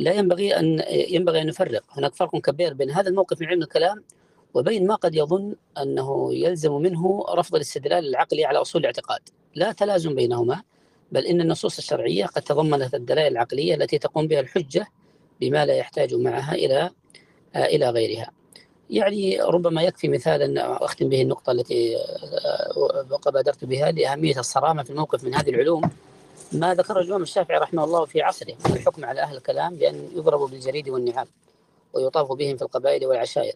لا ينبغي أن نفرق. هناك فرق كبير بين هذا الموقف من علم الكلام وبين ما قد يظن أنه يلزم منه رفض الاستدلال العقلي على أصول الاعتقاد. لا تلازم بينهما، بل إن النصوص الشرعية قد تضمنت الدلائل العقلية التي تقوم بها الحجة بما لا يحتاج معها إلى غيرها. يعني ربما يكفي مثالا أختم به النقطة التي بادرت بها لأهمية الصرامة في الموقف من هذه العلوم، ما ذكر الإمام الشافعي رحمه الله في عصره من الحكم على أهل الكلام بأن يضربوا بالجريد والنعال ويطاف بهم في القبائل والعشائر،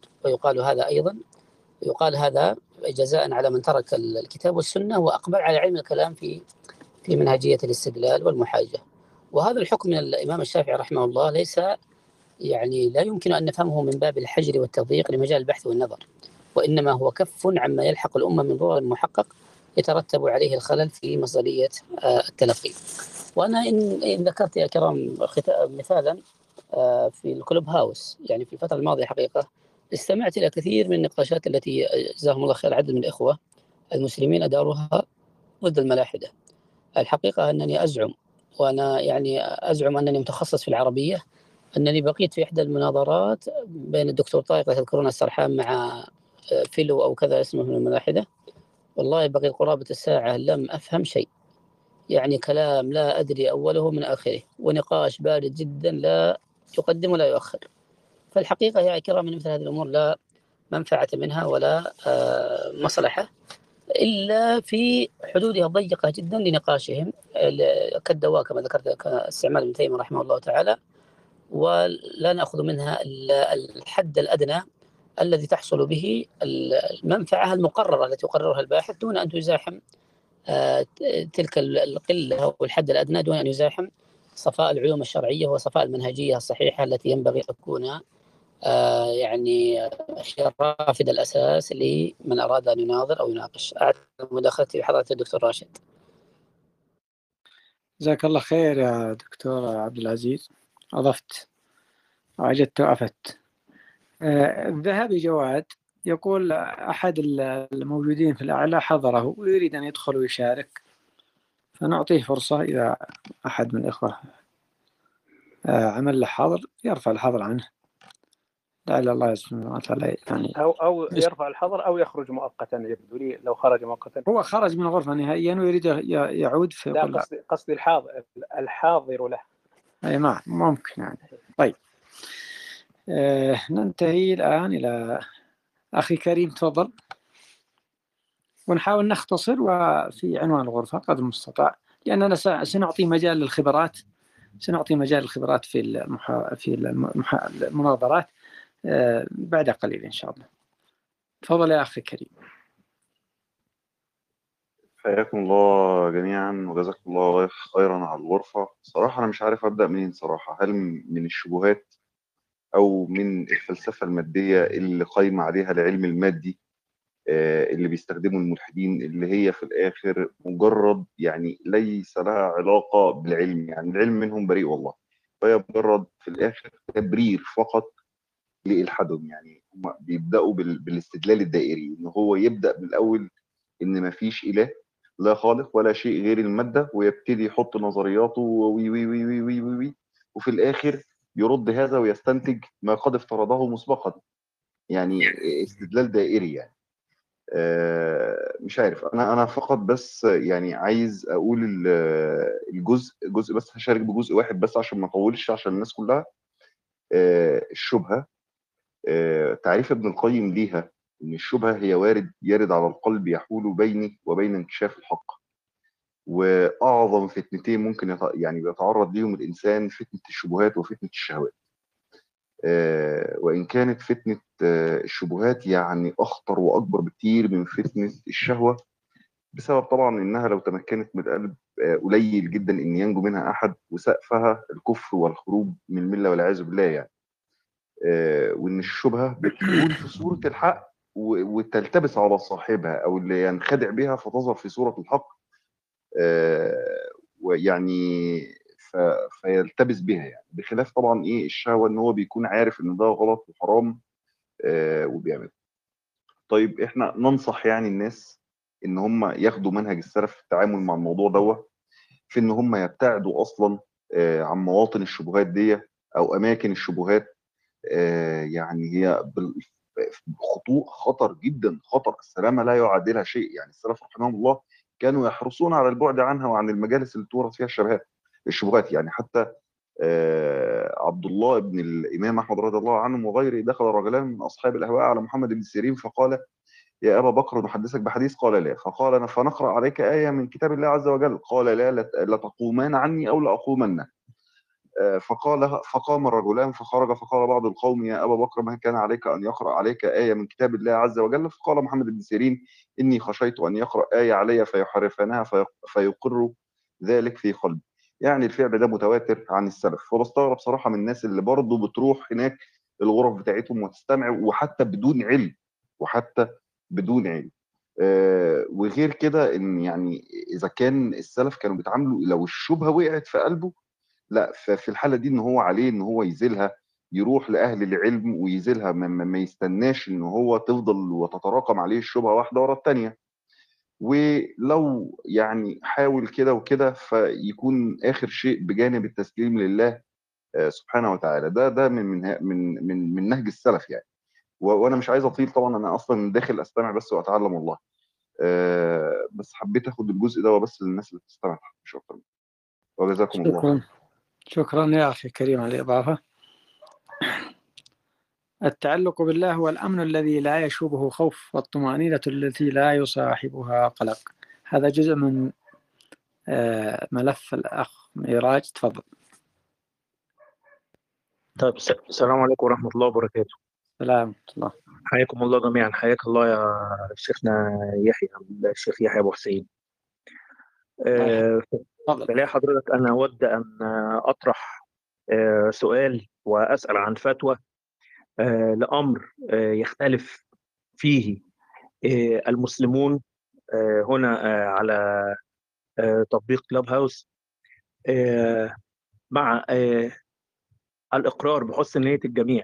ويقال هذا جزاء على من ترك الكتاب والسنة وأقبل على علم الكلام في منهجية الاستدلال والمحاجة. وهذا الحكم من الإمام الشافعي رحمه الله ليس يعني لا يمكن أن نفهمه من باب الحجر والتضييق لمجال البحث والنظر، وإنما هو كف عما يلحق الأمة من ضرر محقق يترتب عليه الخلل في مصدرية التلقي. وأنا إن ذكرت يا كرام مثالا في الكلوب هاوس، يعني في الفترة الماضية حقيقة استمعت إلى كثير من النقاشات التي جزاهم الله خير عدد من الإخوة المسلمين أداروها ضد الملاحدة. الحقيقة أنني أزعم أنني متخصص في العربية، أنني بقيت في إحدى المناظرات بين الدكتور طارق تذكرون السرحان مع فيلو أو كذا اسمه من الملاحدة، والله بقيت قرابة الساعة لم أفهم شيء، يعني كلام لا أدري أوله من آخره، ونقاش بارد جدا لا يقدم ولا يؤخر. فالحقيقة يا كرام من مثل هذه الأمور لا منفعة منها ولا مصلحة إلا في حدودها الضيقة جدا لنقاشهم كالدواء كما ذكرت كاستعمال ابن تيمية رحمه الله تعالى، ولا نأخذ منها الحد الأدنى الذي تحصل به المنفعة المقررة التي يقررها الباحث دون أن تزاحم تلك القلة والحد الأدنى، دون أن يزاحم صفاء العلوم الشرعية وصفاء المنهجية الصحيحة التي ينبغي أن تكون يعني رافد الأساس لمن أراد أن يناظر أو يناقش. أعتقد مداخلتي بحضرة الدكتور راشد. جزاك الله خير يا دكتور عبد العزيز، أضفت وأجدت وأفدت. الذهبي جواد يقول أحد الموجودين في الأعلى حضره ويريد أن يدخل ويشارك، فنعطيه فرصة. إذا أحد من الإخوة عمل له حظر يرفع الحظر عنه لعل الله سبحانه وتعالى يعني أو يرفع الحظر أو يخرج مؤقتا. يبدو لي لو خرج مؤقتا هو خرج من الغرفة نهائيا ويريد يعود في لا قصدي الحاضر له. أي نعم ممكن يعني. طيب ننتهي الآن إلى أخي كريم تفضل، ونحاول نختصر وفي عنوان الغرفة قدر المستطاع، لأننا سنعطي مجال للخبرات، في المناظرات بعد قليل إن شاء الله. تفضل يا أخي كريم. حياكم الله جميعا وجزاكم الله خيرا على الغرفة. صراحة أنا مش عارف أبدأ منين صراحة، هل من الشبهات أو من الفلسفة المادية اللي قايمة عليها العلم المادي اللي بيستخدمه الملحدين، اللي هي في الآخر مجرد يعني ليس لها علاقة بالعلم، يعني العلم منهم بريء والله، فهي مجرد في الآخر تبرير فقط لإلحادهم. يعني هم بيبدأوا بالاستدلال الدائري، إن هو يبدأ بالأول إن مفيش إله لا خالق ولا شيء غير المادة، ويبتدي يحط نظرياته وي وي وي وي وي وي وي وفي الآخر يرد هذا ويستنتج ما قد افترضه مسبقا. يعني استدلال دائري يعني. مش عارف، انا فقط بس يعني عايز اقول جزء بس، هشارك بجزء واحد بس عشان ما اطولش عشان الناس كلها. الشبهه، تعريف ابن القيم ليها ان الشبهه هي يرد على القلب يحول بيني وبين انكشاف الحق. واعظم فتنتين ممكن يعني بيتعرض ليهم الانسان فتنه الشبهات وفتنه الشهوات. وإن كانت فتنة الشبهات يعني أخطر وأكبر بكتير من فتنة الشهوة، بسبب طبعا إنها لو تمكنت من القلب قليل جدا إن ينجو منها أحد، وسقفها الكفر والخروج من الملة والعياذ بالله يعني. وإن الشبهة بتكون في صورة الحق وتلتبس على صاحبها، أو اللي ينخدع بها فتظهر في صورة الحق، ويعني فيلتبس بها يعني. بخلاف طبعا ايه الشهوه، ان هو بيكون عارف ان ده غلط وحرام وبيعمل. طيب احنا ننصح يعني الناس ان هم ياخدوا منهج السلف في التعامل مع الموضوع دوت، في ان هم يبتعدوا اصلا عن مواطن الشبهات دي، او اماكن الشبهات يعني هي خطر جدا، خطر السلامه لا يعادلها شيء. يعني السلف رحمهم الله كانوا يحرصون على البعد عنها وعن المجالس اللي تورث فيها الشبهات. يعني حتى عبد الله بن الامام احمد رضي الله عنه وغيره دخل رجلان من اصحاب الاهواء على محمد بن سيرين فقال: يا ابا بكر نحدثك بحديث؟ قال: لا. فقال: فنقرا عليك ايه من كتاب الله عز وجل؟ قال: لا. لتقومان عني او لاقومن. فقام الرجلان فخرج، فقال بعض القوم: يا أبا بكر ما كان عليك أن يقرأ عليك آية من كتاب الله عز وجل؟ فقال محمد بن سيرين: إني خشيت أن يقرأ آية علي فيحرفنها فيقر ذلك في قلبي. يعني الفعل ده متواتر عن السلف. وبستغرب صراحة من الناس اللي برضه بتروح هناك الغرف بتاعتهم وتستمع، وحتى بدون علم، وحتى بدون علم. وغير كده ان يعني اذا كان السلف كانوا بيتعاملوا لو الشبهه وقعت في قلبه، لا، ففي الحاله دي ان هو عليه ان هو يزيلها، يروح لاهل العلم ويزيلها، ما يستناش ان هو تفضل وتتراكم عليه الشبهه واحده ورا الثانيه. ولو يعني حاول كده وكده فيكون اخر شيء بجانب التسليم لله سبحانه وتعالى. ده من نهج السلف يعني. وانا مش عايز اطيل طبعا، انا اصلا داخل استمع بس واتعلم والله. بس حبيت اخد الجزء ده بس للناس اللي بتستمع مش اكتر. وجزاكم الله خير. شكرا يا أخي كريم على الإضافة. التعلق بالله هو الأمن الذي لا يشوبه خوف، والطمأنينة التي لا يصاحبها قلق. هذا جزء من ملف الأخ ميراج، تفضل. طيب، السلام عليكم ورحمة الله وبركاته. سلام الله. حياكم الله جميعا. حياك الله يا شيخنا يحيى، الشيخ يحيى أبو حسين. فلا حضرتك، أنا أود أن أطرح سؤال وأسأل عن فتوى لأمر يختلف فيه المسلمون هنا على تطبيق كلاب هاوس، مع الإقرار بحسن نية الجميع.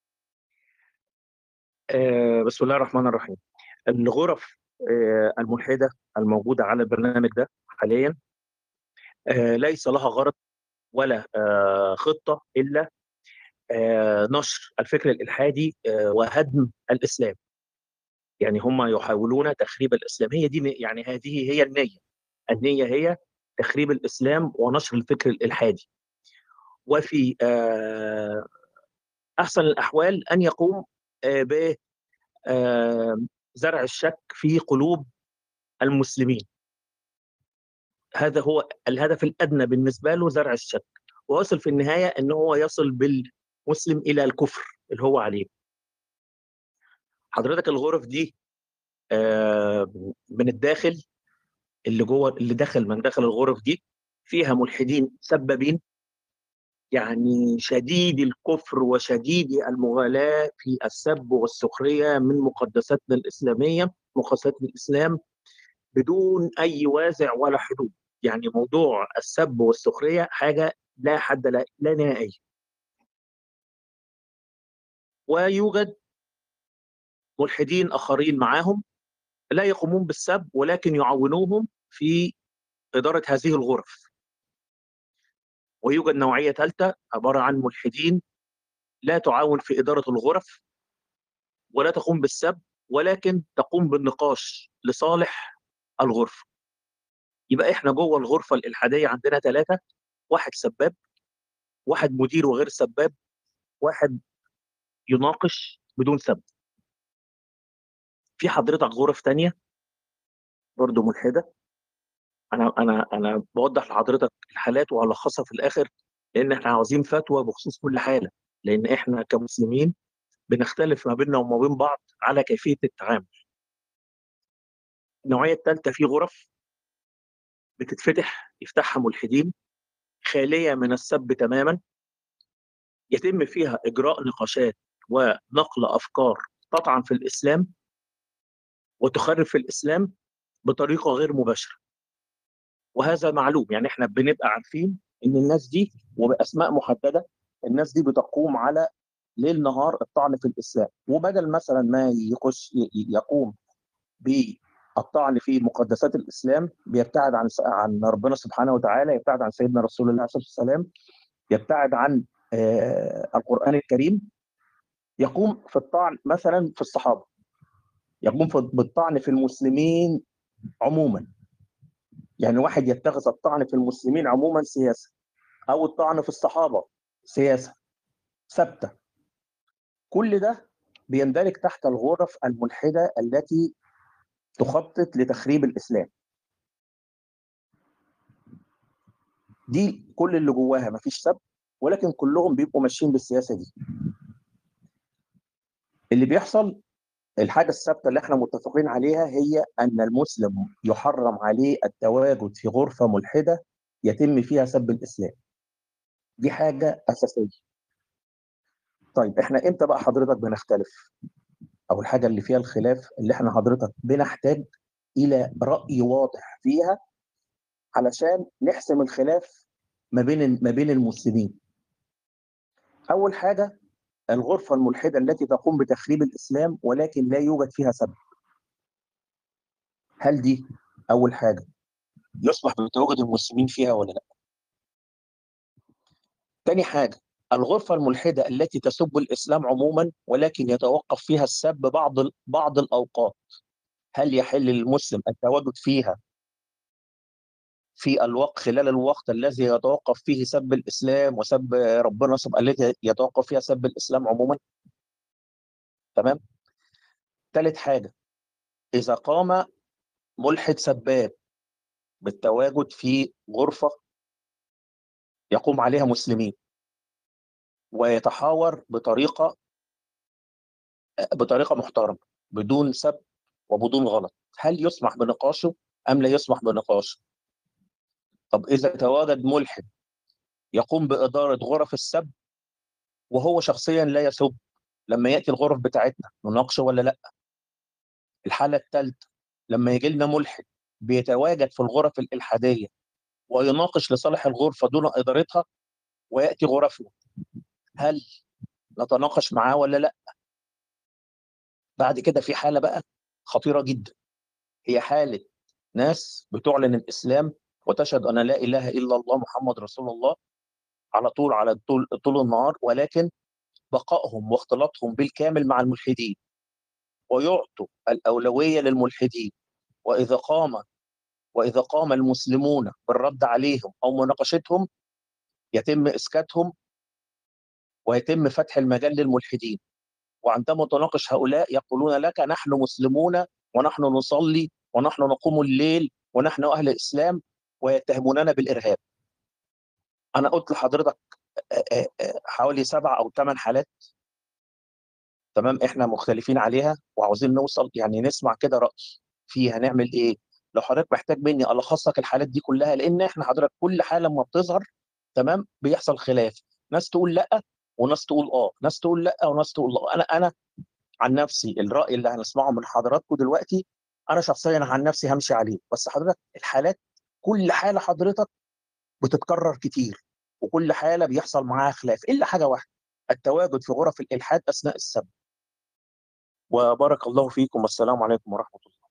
بسم الله الرحمن الرحيم. الغرف الملحدة الموجودة على البرنامج ده حاليا ليس لها غرض ولا خطة إلا نشر الفكر الإلحادي وهدم الإسلام. يعني هم يحاولون تخريب الإسلام. هي دي يعني هذه هي النية. النية هي تخريب الإسلام ونشر الفكر الإلحادي. وفي أحسن الأحوال أن يقوم بزرع الشك في قلوب المسلمين. هذا هو الهدف الأدنى بالنسبة له، زرع الشك، ووصل في النهاية أنه هو يصل بالمسلم إلى الكفر اللي هو عليه. حضرتك الغرف دي من الداخل، اللي جوه، اللي دخل من داخل الغرف دي فيها ملحدين سبابين، يعني شديد الكفر وشديد المغالاة في السب والسخرية من مقدساتنا الإسلامية، مقدسات الإسلام، بدون أي وازع ولا حدود. يعني موضوع السب والسخرية حاجة لا حد لا نهائي. ويوجد ملحدين آخرين معاهم لا يقومون بالسب، ولكن يعاونوهم في إدارة هذه الغرف. ويوجد نوعية ثالثة عبارة عن ملحدين لا تعاون في إدارة الغرف ولا تقوم بالسب، ولكن تقوم بالنقاش لصالح الغرفة. يبقى إحنا جوه الغرفة الإلحادية عندنا ثلاثة: واحد سباب، واحد مدير وغير سباب، واحد يناقش بدون سب. في حضرتك غرف تانية برضو ملحدة. أنا بوضح لحضرتك الحالات وهلخصها في الآخر، لأن إحنا عاوزين فتوى بخصوص كل حالة، لأن إحنا كمسلمين بنختلف ما بيننا وما بين بعض على كيفية التعامل. النوعية الثالثة في غرف بتتفتح، يفتحها ملحدين، خالية من السب تماما، يتم فيها إجراء نقاشات ونقل أفكار تطعن في الإسلام وتخرب في الإسلام بطريقة غير مباشرة. وهذا معلوم، يعني احنا بنبقى عارفين ان الناس دي وبأسماء محددة، الناس دي بتقوم على ليل نهار الطعن في الإسلام. وبدل مثلا ما يقوم بالطعن في مقدسات الإسلام، بيبتعد عن ربنا سبحانه وتعالى، يبتعد عن سيدنا رسول الله صلى الله عليه وسلم، يبتعد عن القرآن الكريم يقوم في الطعن مثلا في الصحابة، يقوم بالطعن في المسلمين عموما. يعني واحد يتخذ الطعن في المسلمين عموما سياسة، أو الطعن في الصحابة سياسة ثابتة. كل ده بيندرج تحت الغرف الملحدة التي تخطط لتخريب الإسلام. دي كل اللي جواها مفيش سب، ولكن كلهم بيبقوا ماشيين بالسياسة دي. اللي بيحصل، الحاجة الثابتة اللي احنا متفقين عليها هي أن المسلم يحرم عليه التواجد في غرفة ملحدة يتم فيها سب الإسلام. دي حاجة أساسية. طيب احنا امتى بقى حضرتك بنختلف؟ أو الحاجة اللي فيها الخلاف اللي احنا حضرتك بنحتاج إلى رأي واضح فيها علشان نحسم الخلاف ما بين المسلمين. أول حاجة، الغرفة الملحدة التي تقوم بتخريب الإسلام ولكن لا يوجد فيها سب. هل دي أول حاجة يصبح بتواجد المسلمين فيها ولا لا؟ تاني حاجة، الغرفة الملحدة التي تسب الإسلام عموما ولكن يتوقف فيها السب بعض الأوقات، هل يحل للمسلم التواجد فيها في الوقت خلال الوقت الذي يتوقف فيه سب الإسلام وسب ربنا التي يتوقف فيها سب الإسلام عموما؟ تمام؟ ثالث حاجة، إذا قام ملحد سباب بالتواجد في غرفة يقوم عليها مسلمين ويتحاور بطريقة محترمة بدون سب وبدون غلط، هل يسمح بنقاشه أم لا يسمح بنقاشه؟ طب إذا تواجد ملحد يقوم بإدارة غرف السب وهو شخصيا لا يسب، لما يأتي الغرف بتاعتنا نناقشه ولا لا؟ الحالة الثالثة، لما يجي لنا ملحد بيتواجد في الغرف الإلحادية ويناقش لصالح الغرفة دون إدارتها ويأتي غرفنا، هل نتناقش معاه ولا لا؟ بعد كده في حالة بقى خطيرة جدا، هي حالة ناس بتعلن الإسلام وتشهد أن لا إله إلا الله محمد رسول الله على طول النهار، ولكن بقائهم واختلاطهم بالكامل مع الملحدين ويعطوا الأولوية للملحدين، وإذا قام المسلمون بالرد عليهم أو مناقشتهم يتم إسكاتهم ويتم فتح المجال للملحدين. وعندما تناقش هؤلاء يقولون لك نحن مسلمون ونحن نصلي ونحن نقوم الليل ونحن أهل الإسلام، ويتهموننا بالإرهاب. أنا قلت لحضرتك حوالي 7 أو 8 حالات، تمام، إحنا مختلفين عليها وعاوزين نوصل يعني نسمع كده رأي فيها نعمل إيه. لو حضرتك محتاج مني ألخص لك الحالات دي كلها، لأن إحنا حضرتك كل حالة لما بتظهر تمام بيحصل خلاف، ناس تقول لأ وناس تقول ناس تقول لأ وناس تقول أنا عن نفسي الرأي اللي هنسمعه من حضراتكم دلوقتي أنا شخصيا عن نفسي همشي عليه. بس حضرتك الحالات كل حالة حضرتك بتتكرر كتير وكل حالة بيحصل معاها خلاف إلا حاجة واحدة، التواجد في غرف الإلحاد أثناء السب. وبارك الله فيكم والسلام عليكم ورحمة الله.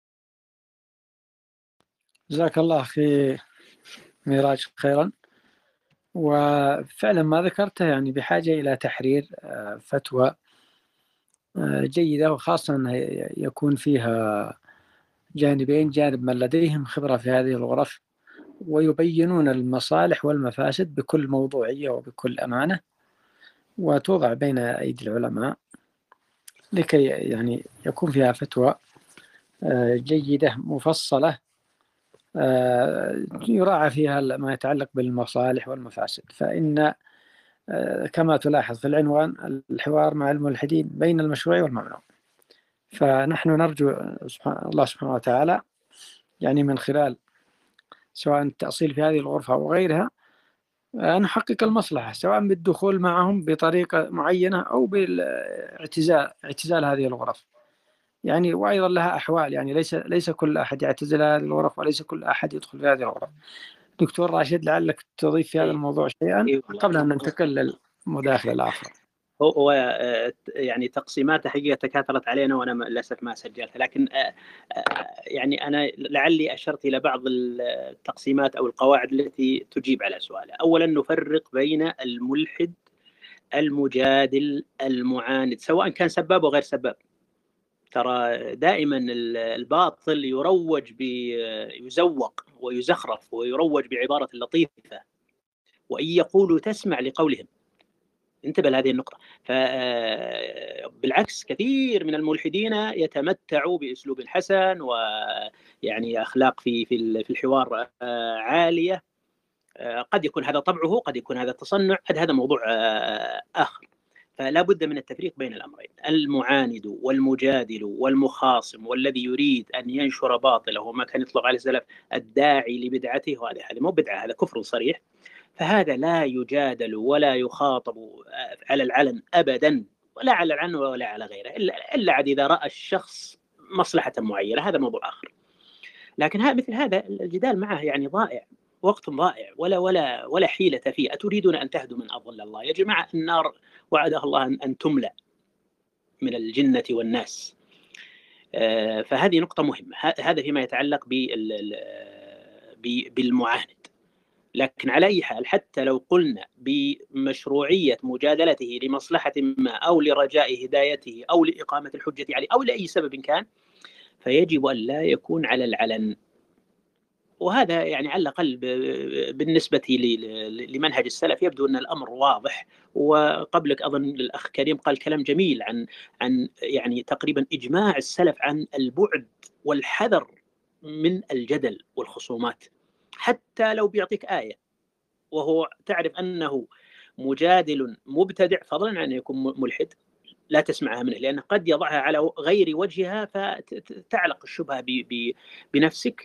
جزاك الله أخي ميراج خيرا. وفعلا ما ذكرته يعني بحاجة إلى تحرير فتوى جيدة، وخاصة أنه يكون فيها جانبين، جانب من لديهم خبرة في هذه الغرف ويبينون المصالح والمفاسد بكل موضوعية وبكل أمانة، وتوضع بين أيدي العلماء لكي يعني يكون فيها فتوى جيدة مفصلة يراعى فيها ما يتعلق بالمصالح والمفاسد. فإن كما تلاحظ في العنوان الحوار مع الملحدين بين المشروع والممنوع. فنحن نرجو الله سبحانه وتعالى يعني من خلال سواء التأصيل في هذه الغرفة أو غيرها نحقق المصلحة، سواء بالدخول معهم بطريقة معينة أو بالاعتزال هذه الغرف يعني. وأيضا لها أحوال، يعني ليس كل أحد يعتزل هذه الغرف وليس كل أحد يدخل في هذه الغرف. دكتور راشد لعلك تضيف في هذا الموضوع شيئا قبل أن ننتقل للمداخلة الآخرى. هو يعني تقسيمات حقيقة تكاثرت علينا وأنا للأسف ما سجلتها، لكن يعني أنا لعلي أشرت إلى بعض التقسيمات أو القواعد التي تجيب على سؤاله. أولا نفرق بين الملحد المجادل المعاند سواء كان سباب وغير سباب. ترى دائما الباطل يزوق ويزخرف ويروج بعبارة لطيفة، وإن يقولوا تسمع لقولهم. انتبه لهذه النقطة. بالعكس كثير من الملحدين يتمتعوا بأسلوب حسن ويعني أخلاق في الحوار عالية. قد يكون هذا طبعه، قد يكون هذا التصنع، هذا موضوع آخر. فلا بد من التفريق بين الأمرين. المعاند والمجادل والمخاصم والذي يريد أن ينشر باطله وما كان يطلق عليه السلف الداعي لبدعته، وهذا مو بدعة، هذا كفر صريح. فهذا لا يجادل ولا يخاطب على العلن أبدا، ولا على العلن ولا على غيره، إلا عاد إذا رأى الشخص مصلحة معينة، هذا موضوع آخر. لكن مثل هذا الجدال معه يعني ضائع، وقت ضائع، ولا حيلة فيه. أتريدون أن تهدوا من أضل الله؟ يا جماعة النار وعدها الله أن تملأ من الجنة والناس. فهذه نقطة مهمة. هذا فيما يتعلق بالمعاند. لكن على أي حال، حتى لو قلنا بمشروعية مجادلته لمصلحة ما أو لرجاء هدايته أو لإقامة الحجة عليه أو لأي سبب كان، فيجب أن لا يكون على العلن. وهذا يعني على الأقل بالنسبة لمنهج السلف يبدو أن الأمر واضح. وقبلك أظن الأخ كريم قال كلام جميل عن يعني تقريبا إجماع السلف عن البعد والحذر من الجدل والخصومات، حتى لو بيعطيك آية وهو تعرف أنه مجادل مبتدع، فضلا عن أن يكون ملحد، لا تسمعها منه، لأنه قد يضعها على غير وجهها فتعلق الشبهة بنفسك،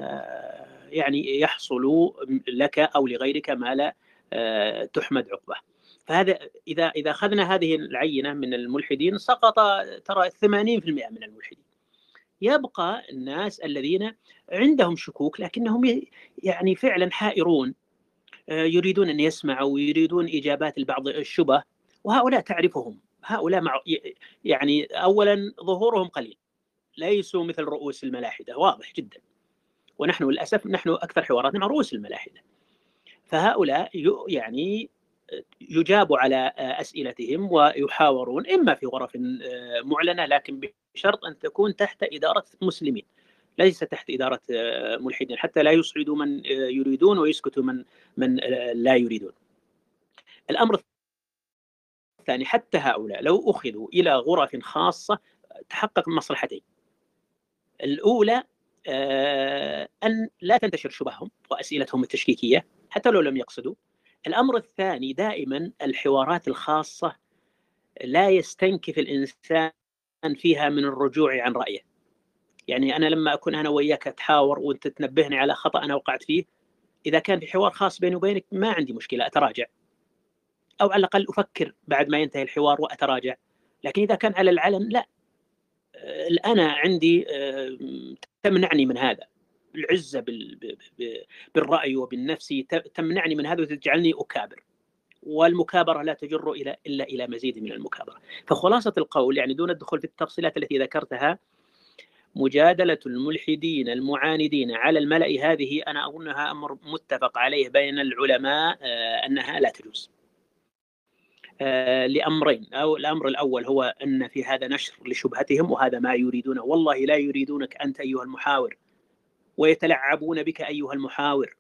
يعني يحصل لك أو لغيرك ما لا تحمد عقبه. فهذا إذا أخذنا هذه العينة من الملحدين سقط ترى 80% من الملحدين. يبقى الناس الذين عندهم شكوك لكنهم يعني فعلا حائرون، يريدون أن يسمعوا ويريدون إجابات البعض الشبه، وهؤلاء تعرفهم. هؤلاء يعني أولا ظهورهم قليل، ليسوا مثل رؤوس الملاحدة، واضح جدا. ونحن للأسف نحن أكثر حواراتنا مع رؤوس الملاحدة. فهؤلاء يعني يجاب على أسئلتهم ويحاورون إما في غرف معلنة، لكن بشرط أن تكون تحت إدارة مسلمين، ليس تحت إدارة ملحدين، حتى لا يسعدوا من يريدون ويسكتوا من لا يريدون. الأمر الثاني، حتى هؤلاء لو أخذوا إلى غرف خاصة تحقق مصلحتين. الأولى أن لا تنتشر شبههم وأسئلتهم التشكيكية حتى لو لم يقصدوا. الأمر الثاني، دائما الحوارات الخاصة لا يستنكف الإنسان فيها من الرجوع عن رأيه. يعني أنا لما أكون أنا وياك أتحاور وأنت تنبهني على خطأ أنا وقعت فيه، إذا كان في حوار خاص بيني وبينك ما عندي مشكلة، أتراجع أو على الأقل أفكر بعد ما ينتهي الحوار وأتراجع. لكن إذا كان على العلن لا، أنا عندي تمنعني من هذا. العزة بالرأي وبالنفس تمنعني من هذا وتجعلني أكابر، والمكابرة لا تجر إلا إلى مزيد من المكابرة. فخلاصة القول يعني دون الدخول في التفصيلات التي ذكرتها، مجادلة الملحدين المعاندين على الملأ هذه أنا أظنها أمر متفق عليه بين العلماء أنها لا تجوز، لأمرين. أو الأمر الأول هو أن في هذا نشر لشبهتهم، وهذا ما يريدونه. والله لا يريدونك أنت أيها المحاور، ويتلعبون بك أيها المحاور،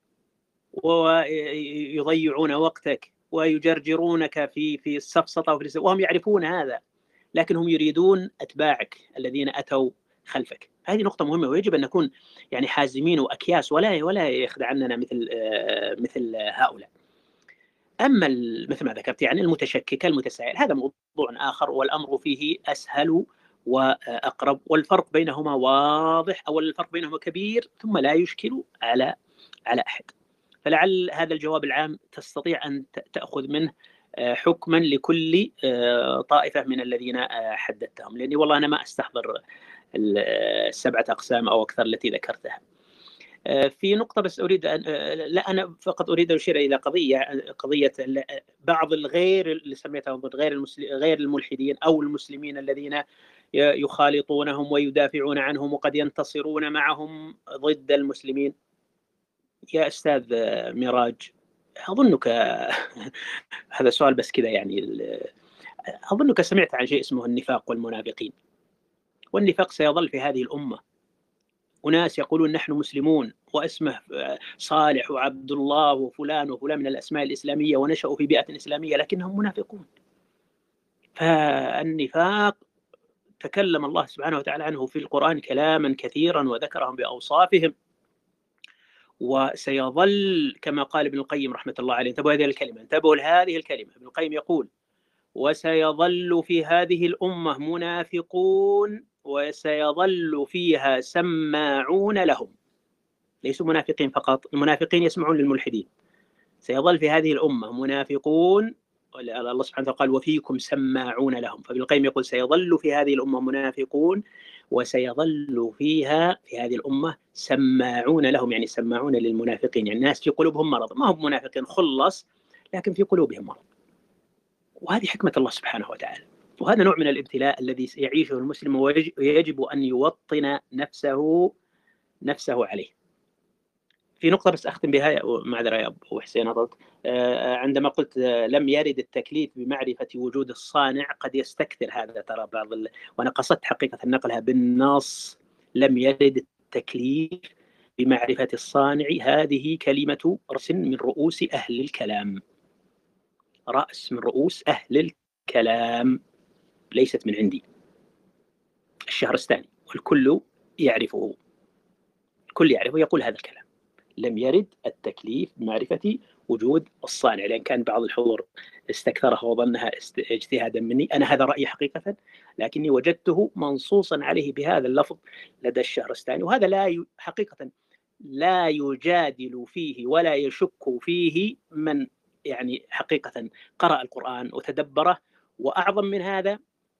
ويضيعون وقتك ويجرجرونك في السفسطة وهم يعرفون هذا، لكن هم يريدون أتباعك الذين أتوا خلفك. هذه نقطة مهمة، ويجب أن نكون يعني حازمين وأكياس، ولا يخدعننا مثل هؤلاء. أما مثل ما ذكرت يعني المتشكك المتسائل، هذا موضوع آخر، والأمر فيه أسهل وأقرب، والفرق بينهما واضح، أو الفرق بينهما كبير ثم لا يشكل على أحد. فلعل هذا الجواب العام تستطيع أن تأخذ منه حكما لكل طائفة من الذين حددتهم، لأني والله أنا ما أستحضر 7 أقسام أو أكثر التي ذكرتها. في نقطة بس أريد لا أنا فقط أريد أن أشير إلى قضية بعض الغير اللي سميتهم غير الملحدين أو المسلمين الذين يخالطونهم ويدافعون عنهم وقد ينتصرون معهم ضد المسلمين. يا أستاذ ميراج، أظنك هذا سؤال بس كذا يعني، أظنك سمعت عن شيء اسمه النفاق والمنافقين. والنفاق سيظل في هذه الأمة. وناس يقولون نحن مسلمون واسمه صالح وعبد الله وفلان وفلان من الأسماء الإسلامية ونشأوا في بيئة إسلامية لكنهم منافقون. فالنفاق تكلم الله سبحانه وتعالى عنه في القرآن كلاما كثيرا وذكرهم بأوصافهم، وسيظل كما قال ابن القيم رحمة الله عليه. انتبهوا هذه الكلمة، انتبهوا لهذه الكلمة. ابن القيم يقول: وسيظل في هذه الأمة منافقون وسيظل فيها سماعون لهم. ليسوا منافقين فقط، المنافقين يسمعون للملحدين. سيظل في هذه الأمة منافقون، الله سبحانه وتعالى قال: وفيكم سماعون لهم. فابن القيم يقول: سيظل في هذه الأمة منافقون وسيظل فيها في هذه الأمة سماعون لهم، يعني سماعون للمنافقين، يعني الناس في قلوبهم مرض، ما هم منافقين خلص لكن في قلوبهم مرض. وهذه حكمة الله سبحانه وتعالى، وهذا نوع من الابتلاء الذي يعيشه المسلم ويجب أن يوطن نفسه عليه. في نقطة بس أختم بها، معذرة يا أبو حسين أضلت، عندما قلت لم يرد التكليف بمعرفة وجود الصانع، قد يستكثر هذا ترى بعض وأنا قصدت حقيقة نقلها بالنص: لم يرد التكليف بمعرفة الصانع. هذه كلمة رأس من رؤوس أهل الكلام، رأس من رؤوس أهل الكلام، ليست من عندي. الشهرستاني والكل يعرفه، الكل يعرفه، يقول هذا الكلام: لم يرد التكليف بمعرفة وجود الصانع. لأن كان بعض الحضور استكثرها وظنها اجتهادا مني، أنا هذا رأيي حقيقة، لكني وجدته منصوصا عليه بهذا اللفظ لدى الشهرستاني، وهذا لا حقيقة لا يجادل فيه ولا يشك فيه من يعني حقيقة قرأ القرآن وتدبره. وأعظم من هذا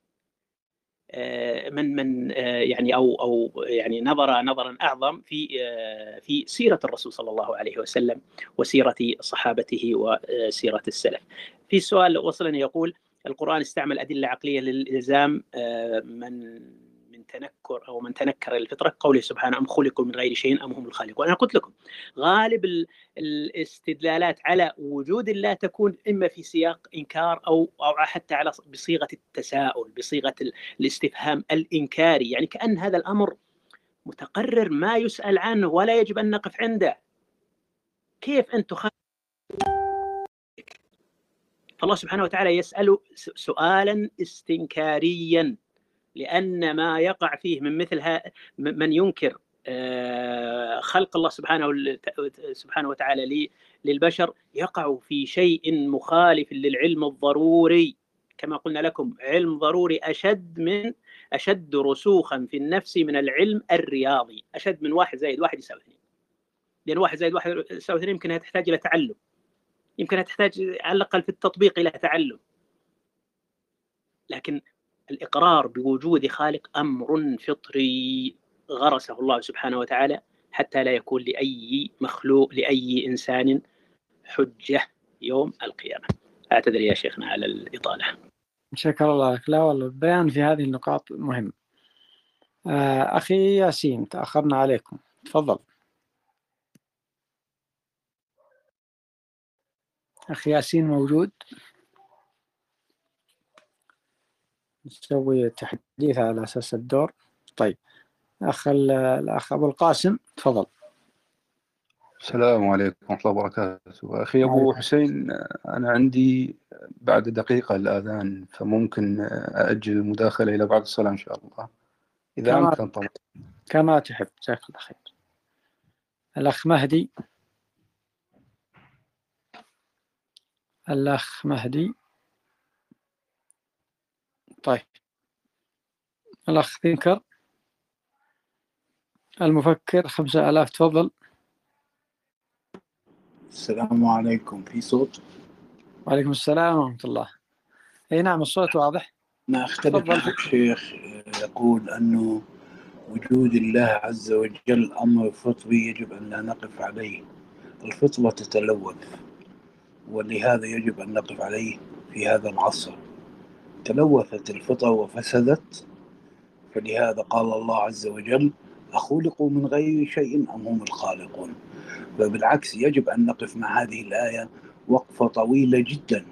من يعني أو يعني نظرا أعظم في سيرة الرسول صلى الله عليه وسلم وسيرة صحابته وسيرة السلف. في سؤال وصلني يقول: القرآن استعمل أدلة عقلية للإلزام من تنكر الفطرة، قوله سبحانه: أم خلقوا من غير شيء أم هم الخالقون. أنا قلت لكم غالب الاستدلالات على وجود الله تكون إما في سياق إنكار أو حتى بصيغة التساؤل، بصيغة الاستفهام الإنكاري، يعني كأن هذا الأمر متقرر ما يسأل عنه ولا يجب أن نقف عنده. كيف أن تخالف؟ فالله سبحانه وتعالى يسأل سؤالا استنكاريا، لأن ما يقع فيه من مثل من ينكر خلق الله سبحانه وتعالى للبشر يقع في شيء مخالف للعلم الضروري. كما قلنا لكم، علم ضروري أشد رسوخا في النفس من العلم الرياضي، أشد من 1 زائد 1 يساوي 2، لأن 1 زائد 1 يساوي 2 يمكنها تحتاج إلى تعلم، يمكنها تحتاج على الأقل في التطبيق إلى تعلم. لكن الإقرار بوجود خالق أمر فطري غرسه الله سبحانه وتعالى حتى لا يكون لأي مخلوق لأي إنسان حجة يوم القيامة. أعتذر يا شيخنا على الإطالة. شكر الله لك. لا والله البيان في هذه النقاط مهم. أخي ياسين، تأخرنا عليكم، تفضل. أخي ياسين موجود؟ نسوي تحديث على أساس الدور. طيب الأخ أبو القاسم، تفضل. السلام عليكم ورحمة الله وبركاته. أخي أبو حسين، أنا عندي بعد دقيقة الآذان، فممكن أأجل المداخلة إلى بعد الصلاة إن شاء الله إذا أمكن طبعا. كما تحب، جزاك الله خير. الأخ مهدي، الأخ مهدي. طيب الأخ ذكر المفكر 5000، تفضل. السلام عليكم، في صوت؟ وعليكم السلام ورحمة الله. أي نعم الصوت واضح. ما أختلف مع الشيخ يقول أنه وجود الله عز وجل أمر فطري يجب أن لا نقف عليه. الفطرة تتلوث، ولهذا يجب أن نقف عليه في هذا العصر. تلوثت الفطرة وفسدت، فلهذا قال الله عز وجل: أخلقوا من غير شيء أم هم الخالقون. فبالعكس يجب أن نقف مع هذه الآية وقفة طويلة جدا،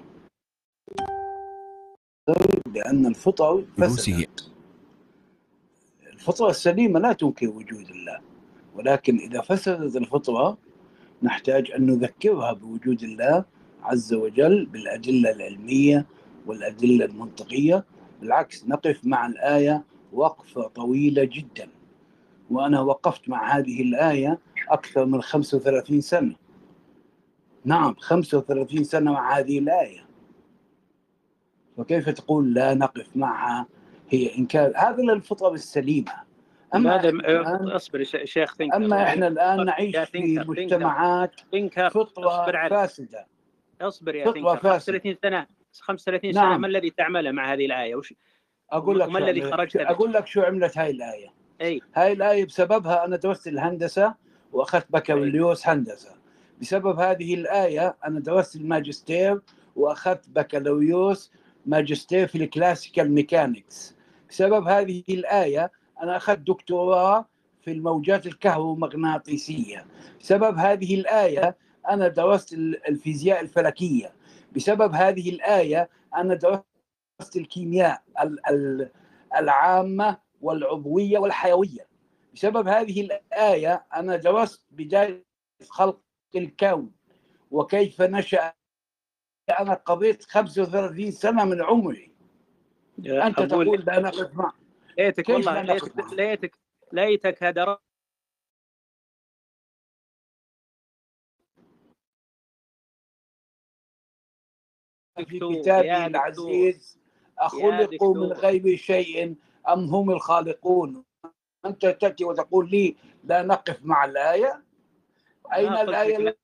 لأن الفطر فسدت. الفطرة السليمة لا تنكر وجود الله، ولكن إذا فسدت الفطرة نحتاج أن نذكرها بوجود الله عز وجل بالأدلة العلمية والأدلة المنطقية. بالعكس، نقف مع الآية وقفة طويلة جدا، وأنا وقفت مع هذه الآية أكثر من 35 سنة. نعم، 35 سنة مع هذه الآية، وكيف تقول لا نقف معها؟ هي إنكار هذا للفطرة السليمة. اصبر شيخ ثينكر. أما إحنا الآن نعيش في مجتمعات فطرة فاسدة. اصبر يا ثينكر. 35 سنة 35 نعم. سنة ما الذي تعمله مع هذه الآية؟ أقول لك شو عملت هاي الآية. هاي الآية بسببها أنا درست الهندسة وأخذت بكالوريوس هندسة. بسبب هذه الآية أنا درست الماجستير وأخذت بكالوريوس ماجستير في الكلاسيكال ميكانيكس. بسبب هذه الآية أنا أخذت دكتوراه في الموجات الكهرومغناطيسية. بسبب هذه الآية أنا درست الفيزياء الفلكية. بسبب هذه الآية أنا درست الكيمياء العامة والعضوية والحيوية. بسبب هذه الآية أنا درست بداية خلق الكون وكيف نشأ. أنا قضيت 35 سنة من عمري. أنت تقول لا نقف معه. ليتك والله ليتك هذا في كتابه العزيز أخلقوا من غير شيء أم هم الخالقون. أنت تأتي وتقول لي لا نقف مع الآية. أين الآية؟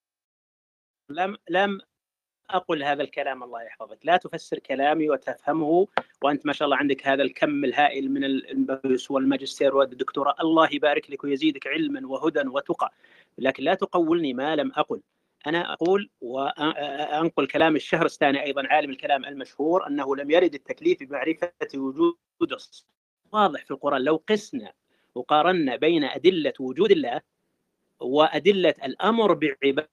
لم أقل هذا الكلام. الله يحفظك، لا تفسر كلامي وتفهمه، وأنت ما شاء الله عندك هذا الكم الهائل من البحوث والماجستير والدكتوراه. الله يبارك لك ويزيدك علما وهدى وتقى، لكن لا تقولني ما لم أقل. أنا أقول وأنقل كلام الشهرستاني أيضا عالم الكلام المشهور أنه لم يرد التكليف بمعرفة وجود واضح في القرآن. لو قسنا وقارنا بين أدلة وجود الله وأدلة الأمر بعبادة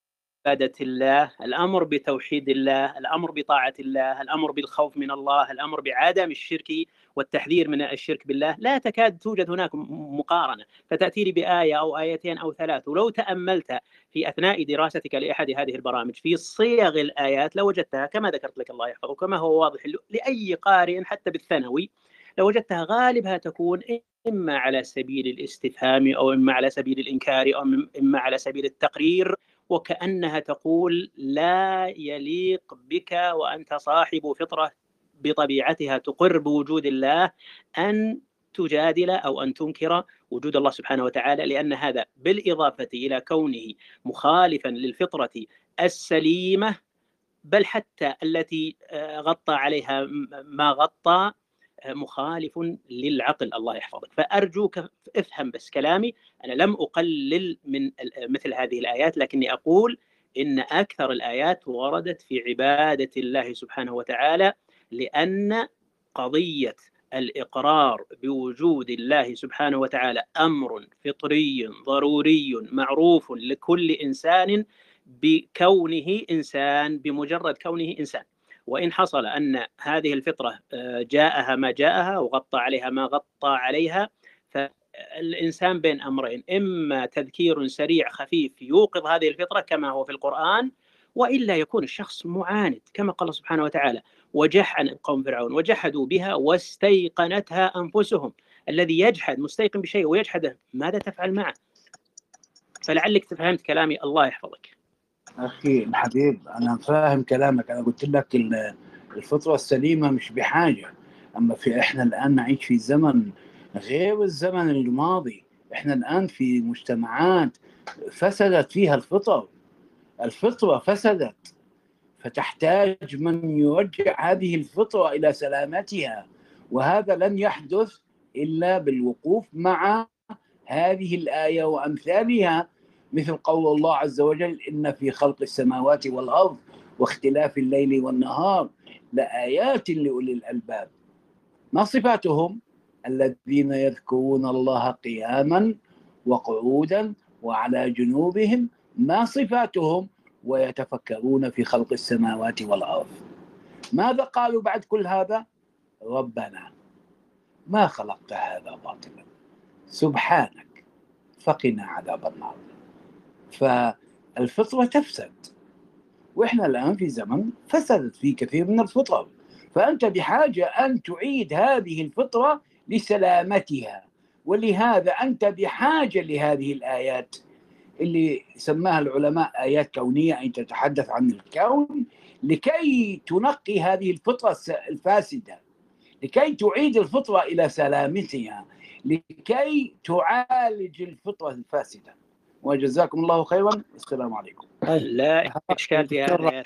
الله، الأمر بتوحيد الله، الأمر بطاعة الله، الأمر بالخوف من الله، الأمر بعدم الشرك والتحذير من الشرك بالله، لا تكاد توجد هناك مقارنة. فتأتي لي بآية أو آيتين أو ثلاث، ولو تأملت في أثناء دراستك لأحد هذه البرامج في صيغ الآيات لوجدتها كما ذكرت لك الله يحفظك، كما هو واضح لأي قارئ حتى بالثانوي، لوجدتها غالبها تكون إما على سبيل الاستفهام أو إما على سبيل الإنكار أو إما على سبيل التقرير، وكأنها تقول لا يليق بك وأنت صاحب فطرة بطبيعتها تقر بوجود الله أن تجادل أو أن تنكر وجود الله سبحانه وتعالى، لأن هذا بالإضافة إلى كونه مخالفا للفطرة السليمة، بل حتى التي غطى عليها ما غطى، مخالف للعقل. الله يحفظك. فأرجوك افهم بس كلامي، أنا لم أقلل من مثل هذه الآيات، لكني أقول إن أكثر الآيات وردت في عبادة الله سبحانه وتعالى، لأن قضية الإقرار بوجود الله سبحانه وتعالى أمر فطري ضروري معروف لكل إنسان بكونه إنسان، بمجرد كونه إنسان. وإن حصل أن هذه الفطرة جاءها ما جاءها وغطى عليها ما غطى عليها، فالإنسان بين أمرين: إما تذكير سريع خفيف يوقظ هذه الفطرة كما هو في القرآن، وإلا يكون الشخص معاند كما قال سبحانه وتعالى: وجحد قوم فرعون وجحدوا بها واستيقنتها أنفسهم. الذي يجحد مستيقن بشيء ويجحده ماذا تفعل معه؟ فلعلك تفهمت كلامي. الله يحفظك. أخي الحبيب، أنا فاهم كلامك. أنا قلت لك الفطرة السليمة مش بحاجة. أما إحنا الآن نعيش في زمن غير الزمن الماضي. إحنا الآن في مجتمعات فسدت فيها الفطرة فسدت، فتحتاج من يرجع هذه الفطرة إلى سلامتها، وهذا لن يحدث إلا بالوقوف مع هذه الآية وأمثالها، مثل قول الله عز وجل: إن في خلق السماوات والأرض واختلاف الليل والنهار لآيات لأولي الألباب. ما صفاتهم؟ الذين يذكرون الله قياما وقعودا وعلى جنوبهم. ما صفاتهم؟ ويتفكرون في خلق السماوات والأرض. ماذا قالوا بعد كل هذا؟ ربنا ما خلقت هذا باطلا سبحانك فقنا عذاب النار. فالفطرة تفسد، وإحنا الآن في زمن فسدت فيه كثير من الفطر، فأنت بحاجة أن تعيد هذه الفطرة لسلامتها، ولهذا أنت بحاجة لهذه الآيات اللي سماها العلماء آيات كونية، أي تتحدث عن الكون، لكي تنقي هذه الفطرة الفاسدة، لكي تعيد الفطرة إلى سلامتها، لكي تعالج الفطرة الفاسدة. وجزاكم الله خيرا، السلام عليكم. لا إشكال في هذا،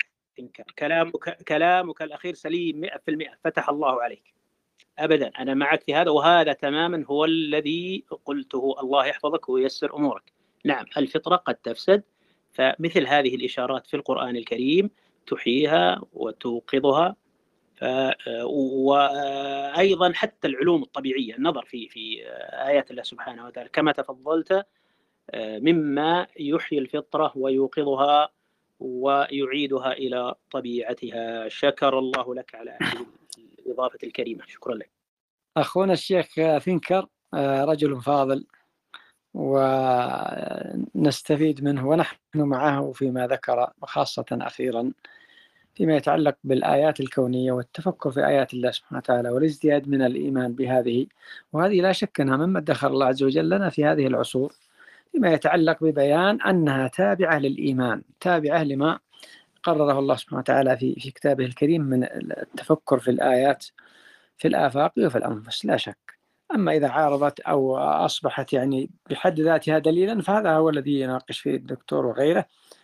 كلامك الأخير سليم 100%، فتح الله عليك. أبدا أنا معك في هذا، وهذا تماما هو الذي قلته. الله يحفظك وييسر أمورك. نعم الفطرة قد تفسد، فمثل هذه الإشارات في القرآن الكريم تحييها وتوقظها. وأيضا حتى العلوم الطبيعية، النظر في آيات الله سبحانه وتعالى كما تفضلت مما يحيي الفطرة ويوقظها ويعيدها إلى طبيعتها. شكر الله لك على هذه الإضافة الكريمة، شكرا لك. أخونا الشيخ ثينكر رجل فاضل ونستفيد منه ونحن معه فيما ذكر، وخاصة أخيرا فيما يتعلق بالآيات الكونية والتفكر في آيات الله سبحانه وتعالى والازدياد من الإيمان بهذه. وهذه لا شك أنها مما ادخر الله عز وجل لنا في هذه العصور فيما يتعلق ببيان أنها تابعة للإيمان، تابعة لما قرره الله سبحانه وتعالى في كتابه الكريم من التفكر في الآيات في الآفاق وفي الأنفس، لا شك. أما إذا عارضت أو أصبحت يعني بحد ذاتها دليلا فهذا هو الذي يناقش فيه الدكتور وغيره،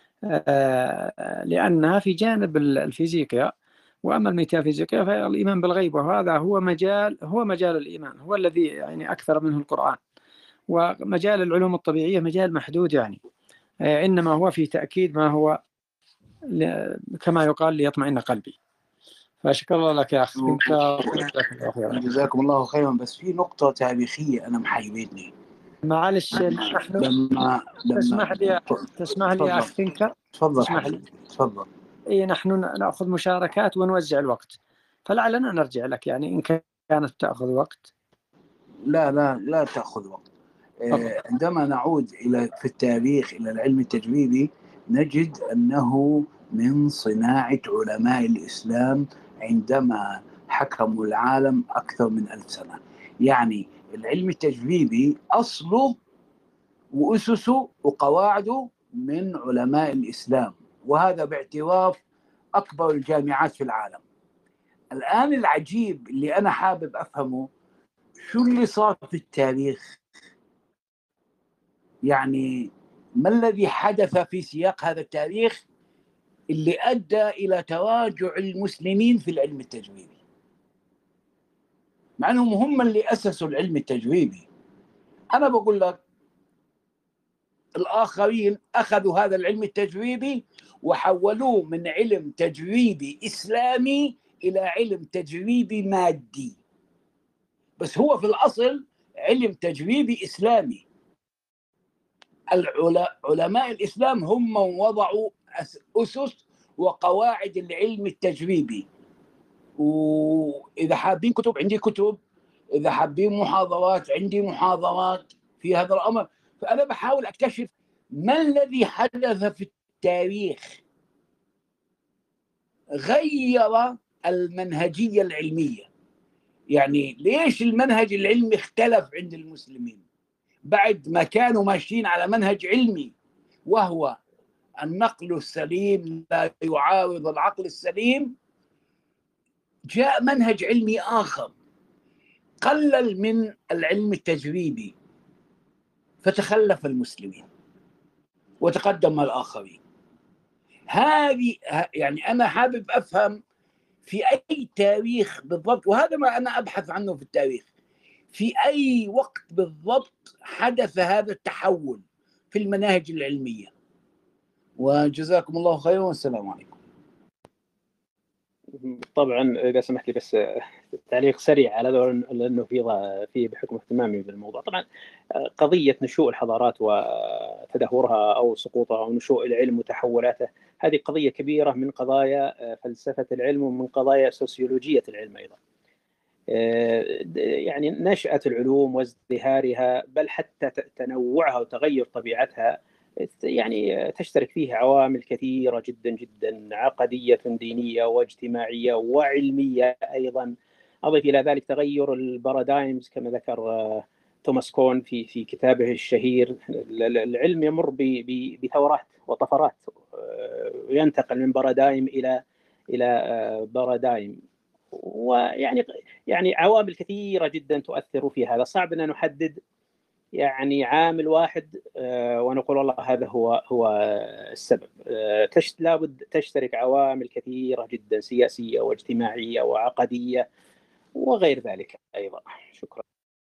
لأنها في جانب الفيزيقيا. وأما الميتافيزيقيا فالإيمان بالغيب، وهذا هو مجال الإيمان، هو الذي يعني أكثر منه القرآن. ومجال العلوم الطبيعية مجال محدود، يعني إنما هو في تأكيد ما هو كما يقال ليطمئن قلبي. فشكر الله لك يا أخي. جزاكم الله خيرا. بس في نقطة تاريخية أنا محيرتني. معلش نحن تسمح لي يا أخ ثينكر. تفضل. إيه، نحن نأخذ مشاركات ونوزع الوقت، فلعلنا نرجع لك يعني إن كانت تأخذ وقت. لا تأخذ وقت. عندما نعود في التاريخ إلى العلم التجريبي نجد أنه من صناعة علماء الإسلام عندما حكموا العالم أكثر من 1000 سنة. يعني العلم التجريبي أصله وأسسه وقواعده من علماء الإسلام، وهذا باعتراف أكبر الجامعات في العالم. الآن العجيب اللي أنا حابب أفهمه شو اللي صار في التاريخ، يعني ما الذي حدث في سياق هذا التاريخ اللي أدى إلى تراجع المسلمين في العلم التجريبي، مع أنهم هم اللي أسسوا العلم التجريبي. أنا بقول لك الآخرين أخذوا هذا العلم التجريبي وحولوه من علم تجريبي إسلامي إلى علم تجريبي مادي، بس هو في الأصل علم تجريبي إسلامي. علماء الإسلام هم من وضعوا أسس وقواعد العلم التجريبي. وإذا حابين كتب عندي كتب، إذا حابين محاضرات عندي محاضرات في هذا الأمر. فأنا بحاول أكتشف ما الذي حدث في التاريخ غير المنهجية العلمية. يعني ليش المنهج العلمي اختلف عند المسلمين بعد ما كانوا ماشيين على منهج علمي، وهو النقل السليم لا يعارض العقل السليم. جاء منهج علمي آخر قلل من العلم التجريبي، فتخلف المسلمين وتقدم الآخرين. هذه يعني أنا حابب أفهم في أي تاريخ بالضبط، وهذا ما أنا أبحث عنه في التاريخ، في أي وقت بالضبط حدث هذا التحول في المناهج العلمية. وجزاكم الله خيرا والسلام عليكم. طبعا إذا سمحت لي بس تعليق سريع على هذا لأنه فيه بحكم اهتمامي بالموضوع. طبعا قضية نشوء الحضارات وتدهورها أو سقوطها أو نشوء العلم وتحولاته هذه قضية كبيرة من قضايا فلسفة العلم ومن قضايا سوسيولوجية العلم أيضا. يعني نشأة العلوم وازدهارها بل حتى تنوعها وتغير طبيعتها يعني تشترك فيه عوامل كثيرة جدا جدا، عقدية دينية واجتماعية وعلمية أيضا. أضيف إلى ذلك تغير البارادايمز كما ذكر توماس كون في كتابه الشهير. العلم يمر بثورات وطفرات، وينتقل من بارادايم إلى بارادايم، ويعني عوامل كثيرة جدا تؤثر في هذا. صعب أن نحدد يعني عامل واحد ونقول والله هذا هو السبب. لابد تشترك عوامل كثيرة جدا سياسية واجتماعية وعقدية وغير ذلك أيضا. شكرا.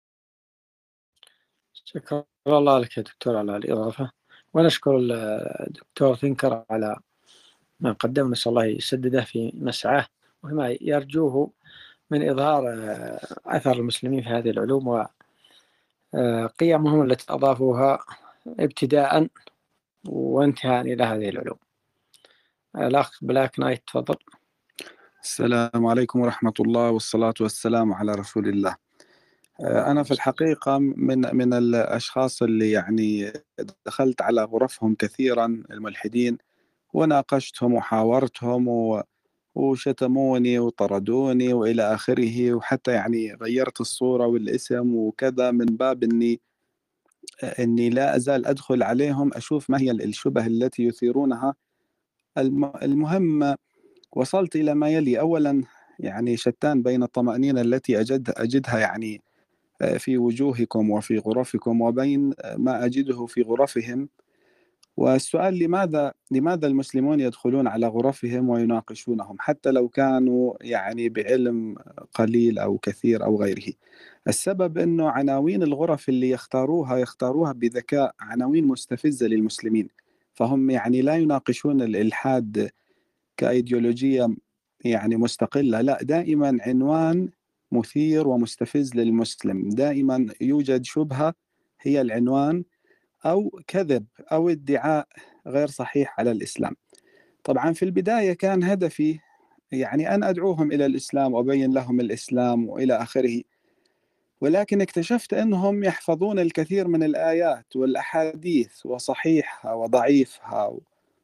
شكرا الله لك يا دكتور على الإضافة، ونشكر الدكتور ثينكر على ما قدم، نسأل الله يسدده في مسعاه وما يرجوه من إظهار أثر المسلمين في هذه العلوم وقيمهم التي أضافوها ابتداء وانتهاء إلى هذه العلوم. الأخ بلاك نايت تفضل. السلام عليكم ورحمة الله، والصلاة والسلام على رسول الله. أنا في الحقيقة من الأشخاص اللي يعني دخلت على غرفهم كثيرا الملحدين، وناقشتهم وحاورتهم وشتموني وطردوني وإلى آخره، وحتى يعني غيرت الصورة والاسم وكذا من باب إني لا أزال أدخل عليهم أشوف ما هي الشبه التي يثيرونها. المهم وصلت إلى ما يلي. أولا يعني شتان بين الطمأنينة التي أجدها يعني في وجوهكم وفي غرفكم وبين ما أجده في غرفهم. والسؤال لماذا المسلمون يدخلون على غرفهم ويناقشونهم حتى لو كانوا يعني بعلم قليل أو كثير أو غيره؟ السبب أنه عناوين الغرف اللي يختاروها بذكاء، عناوين مستفزة للمسلمين. فهم يعني لا يناقشون الإلحاد كأيديولوجية يعني مستقلة، لا، دائما عنوان مثير ومستفز للمسلم، دائما يوجد شبهة هي العنوان أو كذب أو ادعاء غير صحيح على الإسلام. طبعا في البداية كان هدفي يعني أن أدعوهم إلى الإسلام وأبين لهم الإسلام وإلى آخره، ولكن اكتشفت أنهم يحفظون الكثير من الآيات والأحاديث وصحيحها وضعيفها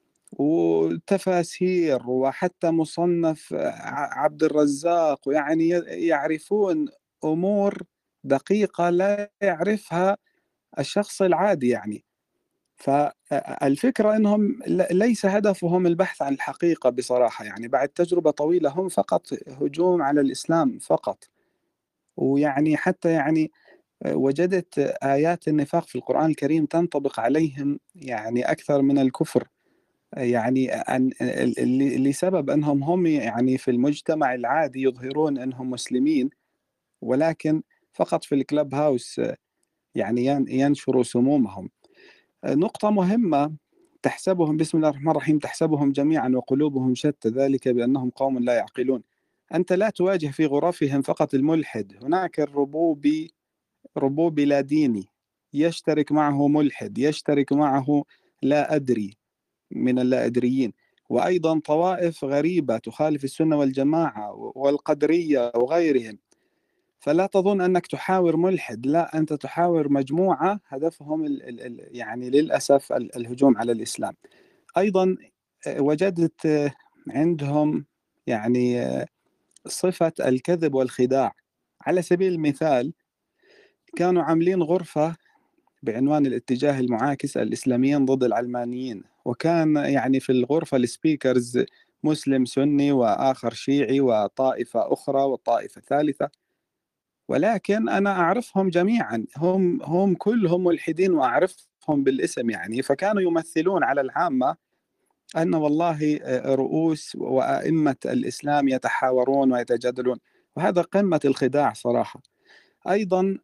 وتفاسير وحتى مصنف عبد الرزاق، ويعني يعرفون أمور دقيقة لا يعرفها الشخص العادي يعني. فالفكرة أنهم ليس هدفهم البحث عن الحقيقة بصراحة، يعني بعد تجربة طويلة هم فقط هجوم على الإسلام فقط. ويعني حتى يعني وجدت آيات النفاق في القرآن الكريم تنطبق عليهم يعني أكثر من الكفر، يعني لسبب أنهم هم يعني في المجتمع العادي يظهرون أنهم مسلمين، ولكن فقط في الكلاب هاوس يعني ينشروا سمومهم. نقطة مهمة، تحسبهم بسم الله الرحمن الرحيم تحسبهم جميعا وقلوبهم شتى ذلك بأنهم قوم لا يعقلون. أنت لا تواجه في غرفهم فقط الملحد، هناك الربوبي لا ديني يشترك معه ملحد، يشترك معه لا أدري من اللا أدريين، وأيضا طوائف غريبة تخالف السنة والجماعة والقدرية وغيرهم. فلا تظن أنك تحاور ملحد، لا، أنت تحاور مجموعة هدفهم يعني للأسف الهجوم على الإسلام. أيضا وجدت عندهم يعني صفة الكذب والخداع. على سبيل المثال كانوا عاملين غرفة بعنوان الاتجاه المعاكس الإسلاميين ضد العلمانيين، وكان يعني في الغرفة السبيكرز مسلم سني وآخر شيعي وطائفة أخرى والطائفة ثالثة، ولكن أنا أعرفهم جميعا، هم كلهم ملحدين وأعرفهم بالاسم يعني. فكانوا يمثلون على العامة أن والله رؤوس وأئمة الإسلام يتحاورون ويتجادلون، وهذا قمة الخداع صراحة. أيضا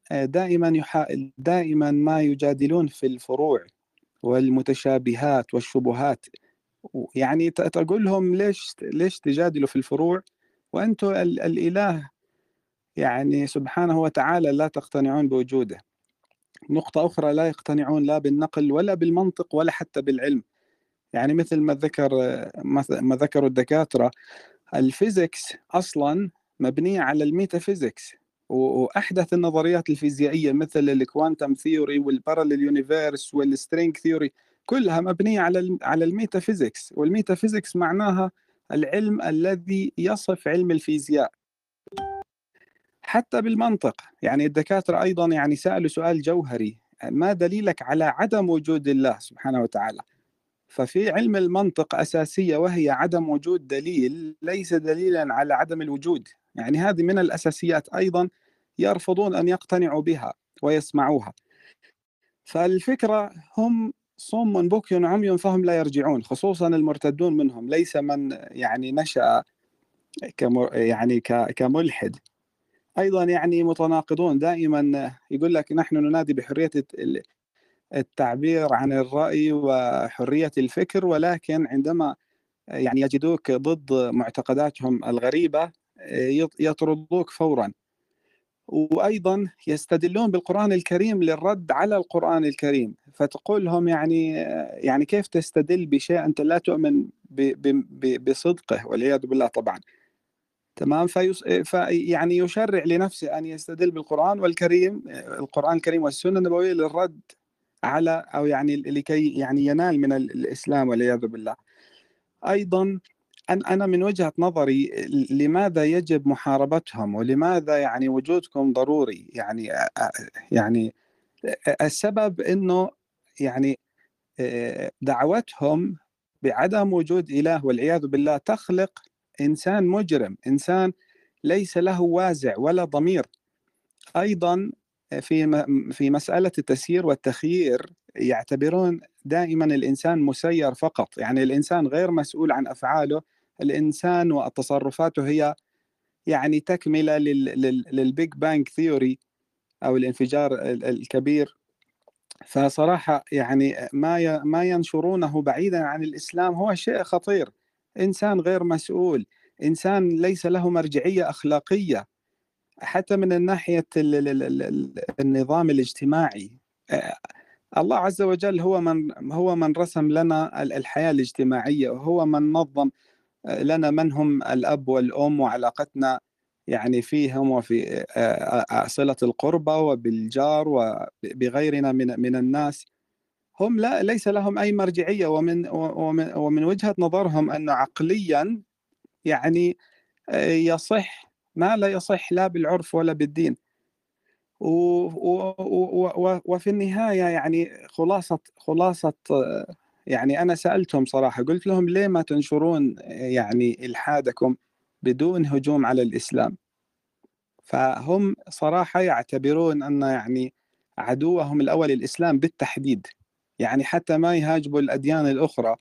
دائما ما يجادلون في الفروع والمتشابهات والشبهات. يعني تقول لهم ليش تجادلوا في الفروع وأنتم الإله يعني سبحانه وتعالى لا تقتنعون بوجوده. نقطة أخرى، لا يقتنعون لا بالنقل ولا بالمنطق ولا حتى بالعلم. يعني مثل ما ذكروا الدكاترة، الفيزيكس أصلا مبنية على الميتافيزيكس، وأحدث النظريات الفيزيائية مثل الكوانتم ثيوري والباراليل يونيفيرس والسترينج ثيوري كلها مبنية على الميتافيزيكس. والميتافيزيكس معناها العلم الذي يصف علم الفيزياء. حتى بالمنطق يعني الدكاترة أيضا يعني سألوا سؤال جوهري: ما دليلك على عدم وجود الله سبحانه وتعالى؟ ففي علم المنطق أساسية وهي عدم وجود دليل ليس دليلا على عدم الوجود. يعني هذه من الأساسيات أيضا يرفضون أن يقتنعوا بها ويسمعوها. فالفكرة هم صم بكم عمي فهم لا يرجعون، خصوصا المرتدون منهم، ليس من يعني نشأ كملحد. أيضا يعني متناقضون دائما، يقول لك نحن ننادي بحرية التعبير عن الرأي وحرية الفكر، ولكن عندما يعني يجدوك ضد معتقداتهم الغريبة يطردوك فورا. وأيضا يستدلون بالقرآن الكريم للرد على القرآن الكريم، فتقول لهم يعني كيف تستدل بشيء أنت لا تؤمن بصدقه والعياذ بالله طبعا. تمام. يعني يشرع لنفسه أن يستدل بالقرآن القرآن الكريم والسنة النبوية للرد على أو يعني لكي يعني ينال من الإسلام والعياذ بالله. أيضا أنا من وجهة نظري لماذا يجب محاربتهم ولماذا يعني وجودكم ضروري؟ يعني السبب إنه يعني دعوتهم بعدم وجود إله والعياذ بالله تخلق إنسان مجرم، إنسان ليس له وازع ولا ضمير. أيضا في مسألة التسيير والتخيير يعتبرون دائما الإنسان مسير فقط، يعني الإنسان غير مسؤول عن أفعاله، الإنسان وتصرفاته هي يعني تكملة للبيج بانج ثيوري أو الانفجار الكبير. فصراحة يعني ما ينشرونه بعيدا عن الإسلام هو شيء خطير. إنسان غير مسؤول، إنسان ليس له مرجعية أخلاقية حتى من الناحية النظام الاجتماعي. الله عز وجل هو من رسم لنا الحياة الاجتماعية، وهو من نظم لنا من هم الأب والأم وعلاقتنا يعني فيهم وفي صلة القربة وبالجار وبغيرنا من الناس. هم ليس لهم أي مرجعية، ومن وجهة نظرهم أنه عقليا يعني يصح ما لا يصح لا بالعرف ولا بالدين. وفي النهاية يعني خلاصة يعني أنا سألتهم صراحة، قلت لهم ليه ما تنشرون يعني إلحادكم بدون هجوم على الإسلام؟ فهم صراحة يعتبرون أن يعني عدوهم الأول الإسلام بالتحديد، يعني حتى ما يهاجموا الأديان الأخرى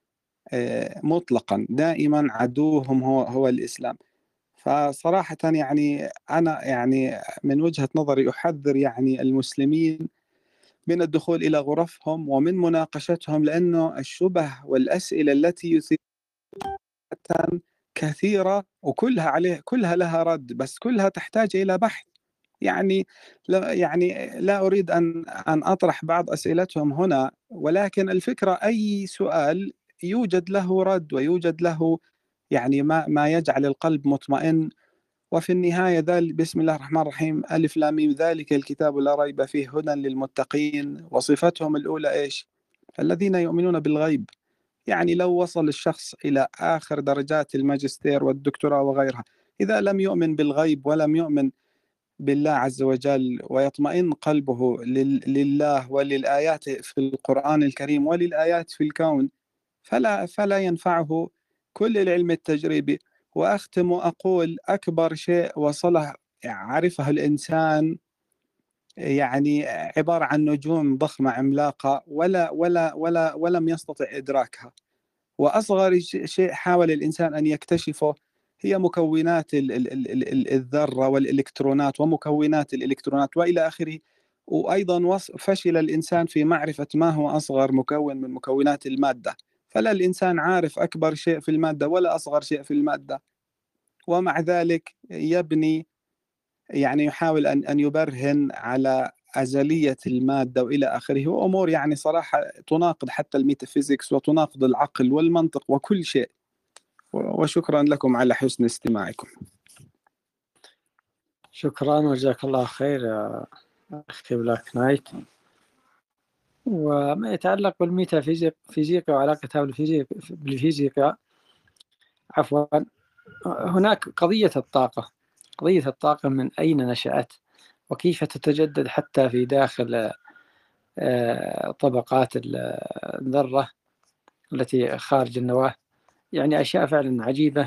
مطلقا، دائما عدوهم هو الإسلام. فصراحة يعني أنا يعني من وجهة نظري أحذر يعني المسلمين من الدخول إلى غرفهم ومن مناقشتهم، لأنه الشبه والأسئلة التي يثيرون كثيرة وكلها لها رد، بس كلها تحتاج إلى بحث. يعني لا أريد أن أطرح بعض أسئلتهم هنا، ولكن الفكرة أي سؤال يوجد له رد ويوجد له يعني ما يجعل القلب مطمئن. وفي النهاية بسم الله الرحمن الرحيم، ألف لام ميم ذلك الكتاب لا ريب فيه هدى للمتقين. وصفتهم الأولى إيش؟ الذين يؤمنون بالغيب. يعني لو وصل الشخص إلى آخر درجات الماجستير والدكتوراه وغيرها، إذا لم يؤمن بالغيب ولم يؤمن بالله عز وجل ويطمئن قلبه لله وللآيات في القرآن الكريم وللآيات في الكون، فلا ينفعه كل العلم التجريبي. وأختم وأقول أكبر شيء وصله عرفه الإنسان يعني عبارة عن نجوم ضخمة عملاقة ولم يستطع إدراكها. وأصغر شيء حاول الإنسان أن يكتشفه هي مكونات الذرة والإلكترونات ومكونات الإلكترونات وإلى آخره. وأيضا فشل الإنسان في معرفة ما هو أصغر مكون من مكونات المادة. فلا الإنسان عارف أكبر شيء في المادة ولا أصغر شيء في المادة، ومع ذلك يبني يعني يحاول أن يبرهن على أزلية المادة وإلى آخره، وأمور يعني صراحة تناقض حتى الميتافيزيكس وتناقض العقل والمنطق وكل شيء. وشكرا لكم على حسن استماعكم. شكرا وجزاك الله خير يا أخي بلاك نايت. وما يتعلق بالميتافيزيقا وعلاقتها بالفيزيقا، عفوا، هناك قضية الطاقة من أين نشأت وكيف تتجدد حتى في داخل طبقات الذرة التي خارج النواة. يعني أشياء فعلا عجيبة،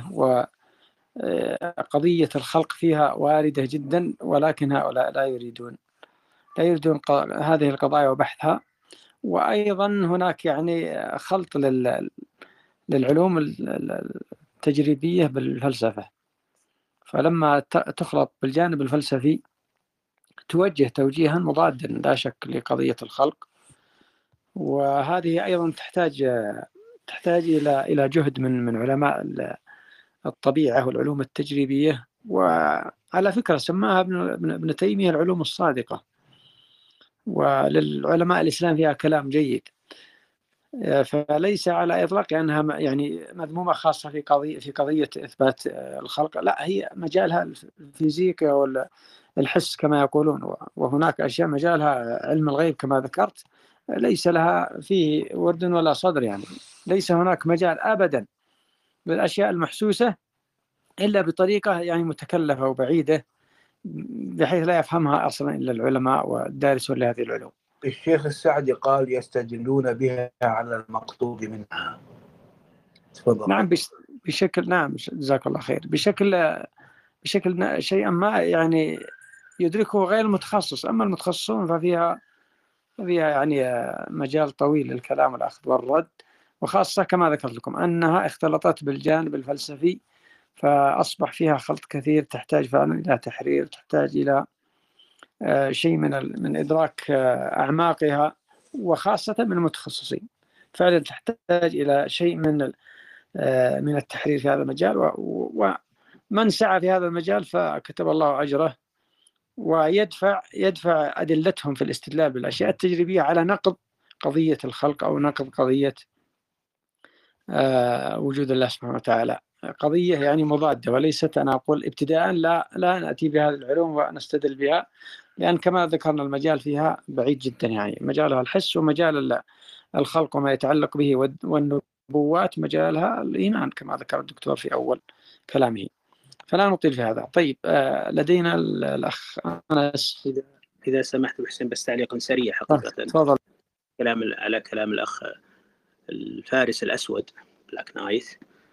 وقضية الخلق فيها واردة جدا، ولكن هؤلاء لا يريدون هذه القضايا وبحثها. وأيضا هناك يعني خلط للعلوم التجريبية بالفلسفة، فلما تخلط بالجانب الفلسفي توجه توجيها مضادا لا شك لقضية الخلق. وهذه أيضا تحتاج إلى جهد من علماء الطبيعة والعلوم التجريبية. وعلى فكرة سماها ابن تيمية العلوم الصادقة، وللعلماء الإسلام فيها كلام جيد، فليس على إطلاق أنها يعني مذمومة خاصة في قضية إثبات الخلق، لا، هي مجالها الفيزيكا والحس كما يقولون، وهناك أشياء مجالها علم الغيب كما ذكرت ليس لها فيه ورد ولا صدر. يعني ليس هناك مجال أبدا للأشياء المحسوسة إلا بطريقة يعني متكلفة وبعيدة، بحيث لا يفهمها أصلا إلا العلماء والدارسون لهذه العلوم. الشيخ السعدي قال يستدلون بها على المقصود منها. تفضل. نعم، بشكل، نعم، جزاك الله خير، بشكل شيئا ما يعني يدركه غير المتخصص. أما المتخصصون ففيها يعني مجال طويل للكلام والأخذ والرد، وخاصة كما ذكرت لكم أنها اختلطت بالجانب الفلسفي، فأصبح فيها خلط كثير، تحتاج فعلا إلى تحرير، تحتاج إلى شيء من إدراك أعماقها، وخاصة من المتخصصين فعلا تحتاج إلى شيء من التحرير في هذا المجال. ومن سعى في هذا المجال فكتب الله أجره، ويدفع أدلتهم في الاستدلال بالأشياء التجريبية على نقض قضية الخلق أو نقض قضية وجود الله سبحانه وتعالى. قضية يعني مضادة، وليست أنا أقول ابتداء لا نأتي بهذه العلوم ونستدل بها، لأن كما ذكرنا المجال فيها بعيد جدا. يعني مجالها الحس، ومجال الخلق وما يتعلق به والنبوات مجالها الإيمان كما ذكر الدكتور في أول كلامه، فلا نطيل في هذا. طيب، لدينا الأخ أنس. إذا سمحت بحسين، بس تعليقا سريع حقيقة. تفضل. على كلام الأخ الفارس الأسود بلاك نايت.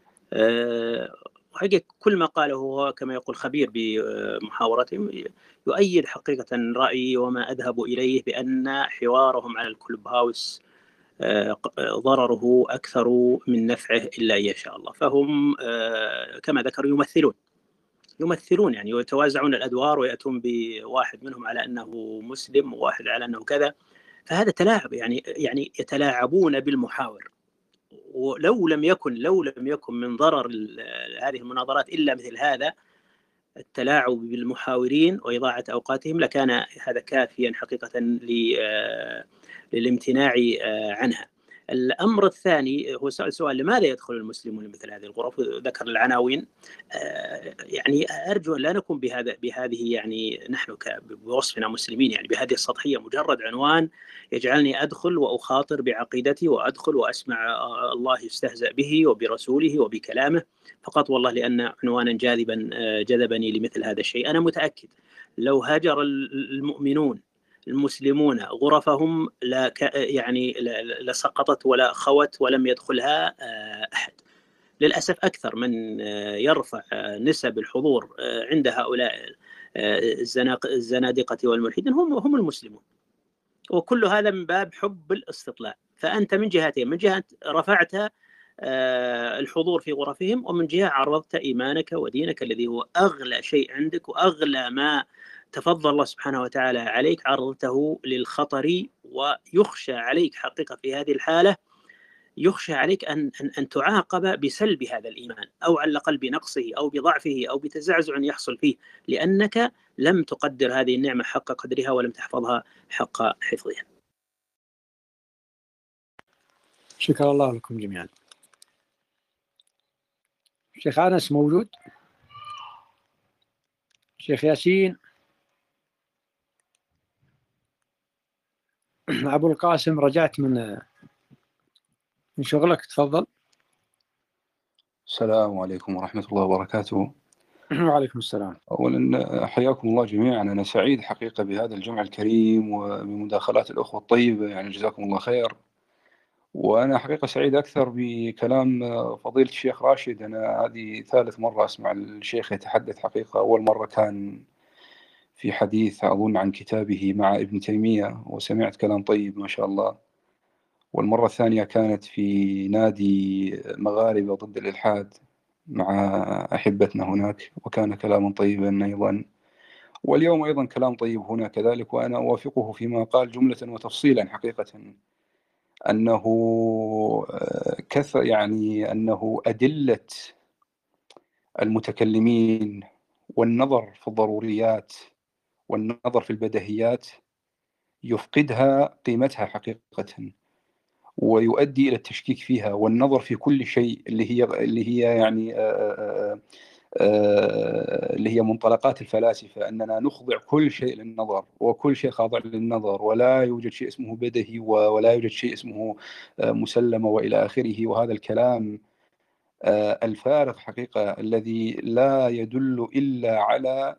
وحقيقة كل ما قاله هو كما يقول خبير بمحاورتهم يؤيد حقيقة رأيي وما أذهب إليه، بأن حوارهم على الكلوب هاوس ضرره أكثر من نفعه إلا إن شاء الله. فهم كما ذكروا يمثلون يعني، ويتوازعون الأدوار، ويأتون بواحد منهم على أنه مسلم وواحد على أنه كذا. فهذا تلاعب، يعني يتلاعبون بالمحاور. ولو لم يكن من ضرر هذه المناظرات إلا مثل هذا التلاعب بالمحاورين وإضاعة أوقاتهم، لكان هذا كافيا حقيقة للامتناع عنها. الأمر الثاني هو سؤال لماذا يدخل المسلمون مثل هذه الغرف؟ ذكر العناوين. يعني أرجو أن لا نكون بهذه يعني نحن بوصفنا مسلمين يعني بهذه السطحية، مجرد عنوان يجعلني أدخل وأخاطر بعقيدتي، وأدخل وأسمع الله يستهزأ به وبرسوله وبكلامه فقط، والله لأن عنوانا جاذبا جذبني لمثل هذا الشيء. أنا متأكد لو هاجر المسلمون غرفهم يعني لسقطت ولا خوت ولم يدخلها أحد. للأسف أكثر من يرفع نسب الحضور عند هؤلاء الزنادقة والملحدين هم المسلمون، وكل هذا من باب حب الاستطلاع. فأنت من جهتين، من جهة رفعت الحضور في غرفهم، ومن جهة عرضت إيمانك ودينك الذي هو أغلى شيء عندك وأغلى ما تفضل الله سبحانه وتعالى عليك، عرضته للخطر. ويخشى عليك حقيقة في هذه الحالة، يخشى عليك أن تعاقب بسلب هذا الإيمان، أو على الأقل بنقصه أو بضعفه أو بتزعزع يحصل فيه، لأنك لم تقدر هذه النعمة حق قدرها ولم تحفظها حق حفظها. شكرا الله لكم جميعا. شيخ أنس موجود؟ شيخ ياسين؟ أبو القاسم رجعت من شغلك، تفضل. السلام عليكم ورحمة الله وبركاته. وعليكم السلام. أولا حياكم الله جميعا، أنا سعيد حقيقة بهذا الجمع الكريم وبمداخلات الأخوة الطيبة، يعني جزاكم الله خير. وأنا حقيقة سعيد أكثر بكلام فضيلة الشيخ راشد. أنا هذه ثالث مرة أسمع الشيخ يتحدث حقيقة. أول مرة كان في حديث أظن عن كتابه مع ابن تيمية وسمعت كلام طيب ما شاء الله، والمرة الثانية كانت في نادي مغاربة ضد الإلحاد مع أحبتنا هناك، وكان كلاما طيبا أيضا، واليوم أيضا كلام طيب هنا كذلك. وأنا أوافقه فيما قال جملة وتفصيلا حقيقة، أنه كثر يعني أنه أدلة المتكلمين والنظر في الضروريات والنظر في البديهيات يفقدها قيمتها حقيقة، ويؤدي إلى التشكيك فيها، والنظر في كل شيء اللي هي يعني اللي هي منطلقات الفلاسفة، أننا نخضع كل شيء للنظر، وكل شيء خاضع للنظر، ولا يوجد شيء اسمه بدهي، ولا يوجد شيء اسمه مسلمة وإلى آخره. وهذا الكلام الفارغ حقيقة الذي لا يدل إلا على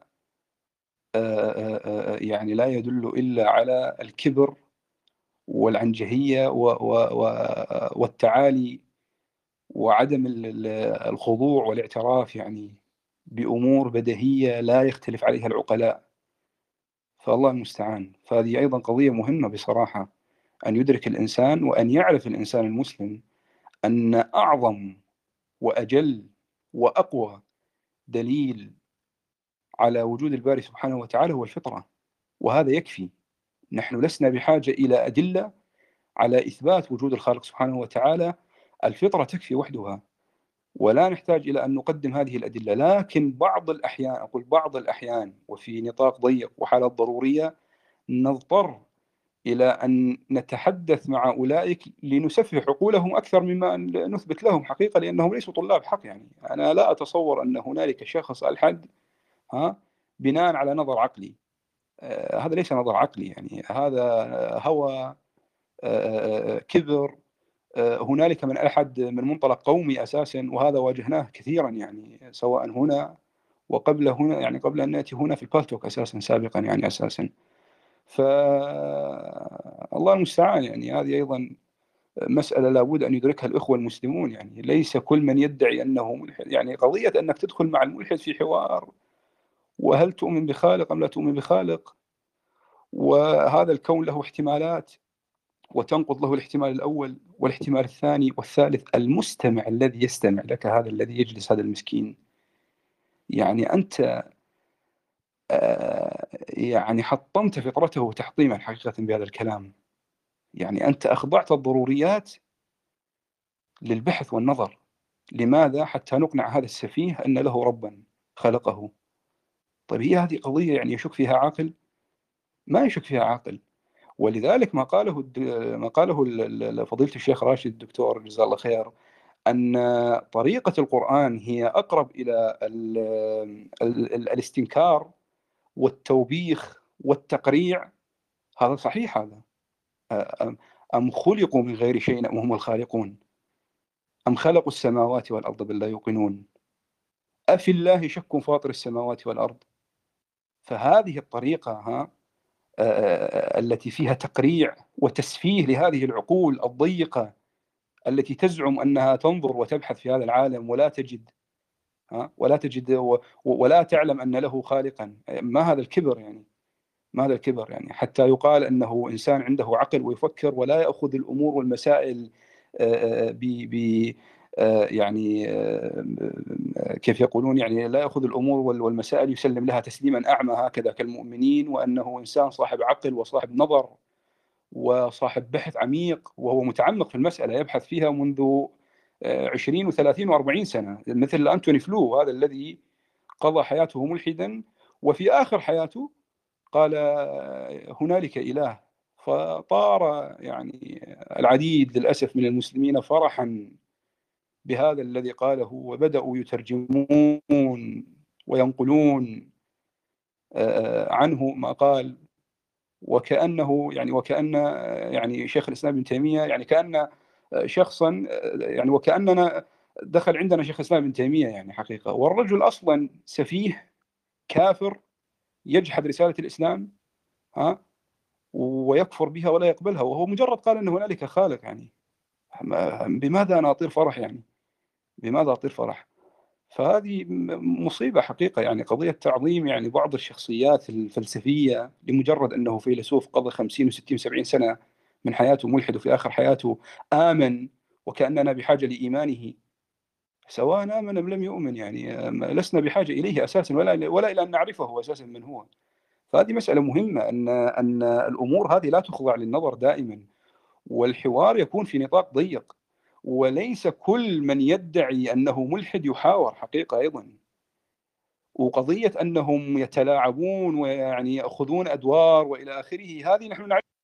يعني لا يدل إلا على الكبر والعنجهية والتعالي وعدم الخضوع والاعتراف يعني بأمور بديهية لا يختلف عليها العقلاء. فالله المستعان. فهذه أيضا قضية مهمة بصراحة، أن يدرك الإنسان وأن يعرف الإنسان المسلم أن أعظم وأجل وأقوى دليل على وجود الباري سبحانه وتعالى هو الفطرة، وهذا يكفي. نحن لسنا بحاجة إلى أدلة على إثبات وجود الخالق سبحانه وتعالى، الفطرة تكفي وحدها، ولا نحتاج إلى أن نقدم هذه الأدلة. لكن بعض الأحيان، أقول بعض الأحيان وفي نطاق ضيق وحالات ضرورية، نضطر إلى أن نتحدث مع أولئك لنسفه عقولهم أكثر مما نثبت لهم حقيقة، لأنهم ليسوا طلاب حق. يعني أنا لا أتصور أن هنالك شخص ألحد بناء على نظر عقلي. هذا ليس نظر عقلي، يعني هذا هوى، كبر. هنالك من ألحد من منطلق قومي أساسا، وهذا واجهناه كثيرا يعني سواء هنا وقبل هنا، يعني قبل أن نأتي هنا في البالتوك أساسا سابقا يعني أساسا. فالله المستعان. يعني هذه أيضا مسألة لابد أن يدركها الإخوة المسلمون. يعني ليس كل من يدعي أنه ملحد، يعني قضية أنك تدخل مع الملحد في حوار، وهل تؤمن بخالق أم لا تؤمن بخالق، وهذا الكون له احتمالات، وتنقض له الاحتمال الأول والاحتمال الثاني والثالث. المستمع الذي يستمع لك، هذا الذي يجلس، هذا المسكين، يعني أنت يعني حطمت فطرته تحطيما حقيقة بهذا الكلام. يعني أنت أخضعت الضروريات للبحث والنظر. لماذا؟ حتى نقنع هذا السفيه أن له ربا خلقه. طيب هي هذه قضية يعني يشك فيها عاقل؟ ما يشك فيها عاقل. ولذلك ما قاله فضيلة الشيخ راشد الدكتور جزاه الله خير، أن طريقة القرآن هي أقرب إلى الاستنكار والتوبيخ والتقريع. هذا صحيح. هذا أم خلقوا من غير شيء أم هم الخالقون أم خلقوا السماوات والأرض بل لا يوقنون أفي الله شك فاطر السماوات والأرض. فهذه الطريقة التي فيها تقريع وتسفيه لهذه العقول الضيقة التي تزعم أنها تنظر وتبحث في هذا العالم ولا تجد ولا تعلم أن له خالقا. ما هذا الكبر يعني؟ ما هذا الكبر يعني حتى يقال أنه إنسان عنده عقل ويفكر ولا يأخذ الأمور والمسائل يعني كيف يقولون، يعني لا يأخذ الأمور والمسائل يسلم لها تسليما أعمى هكذا كالمؤمنين، وأنه إنسان صاحب عقل وصاحب نظر وصاحب بحث عميق، وهو متعمق في المسألة يبحث فيها منذ 20 و30 و40 سنة، مثل أنتوني فلو هذا الذي قضى حياته ملحدا وفي آخر حياته قال هنالك إله. فطار يعني العديد للأسف من المسلمين فرحا بهذا الذي قاله، وبدأوا يترجمون وينقلون عنه ما قال، وكأنه يعني شيخ الإسلام ابن تيمية يعني كأن شخصا يعني وكأننا دخل عندنا شيخ الإسلام ابن تيمية يعني حقيقة، والرجل أصلا سفيه كافر يجحد رسالة الإسلام ويكفر بها ولا يقبلها، وهو مجرد قال أن هنالك خالق. يعني بماذا أنا أطير فرح؟ يعني بماذا أطير فرح؟ فهذه مصيبة حقيقة، يعني قضية تعظيم يعني بعض الشخصيات الفلسفية لمجرد أنه فيلسوف قضى 50 و60 و70 سنة من حياته ملحد، وفي آخر حياته آمن، وكأننا بحاجة لإيمانه سواء آمن أم لم يؤمن. يعني لسنا بحاجة إليه أساسا ولا إلى أن نعرفه أساسا من هو. فهذه مسألة مهمة، أن الأمور هذه لا تخضع للنظر دائما، والحوار يكون في نطاق ضيق، وليس كل من يدعي أنه ملحد يحاور حقيقة أيضا. وقضية أنهم يتلاعبون ويعني يأخذون أدوار وإلى آخره، هذه نحن نعرف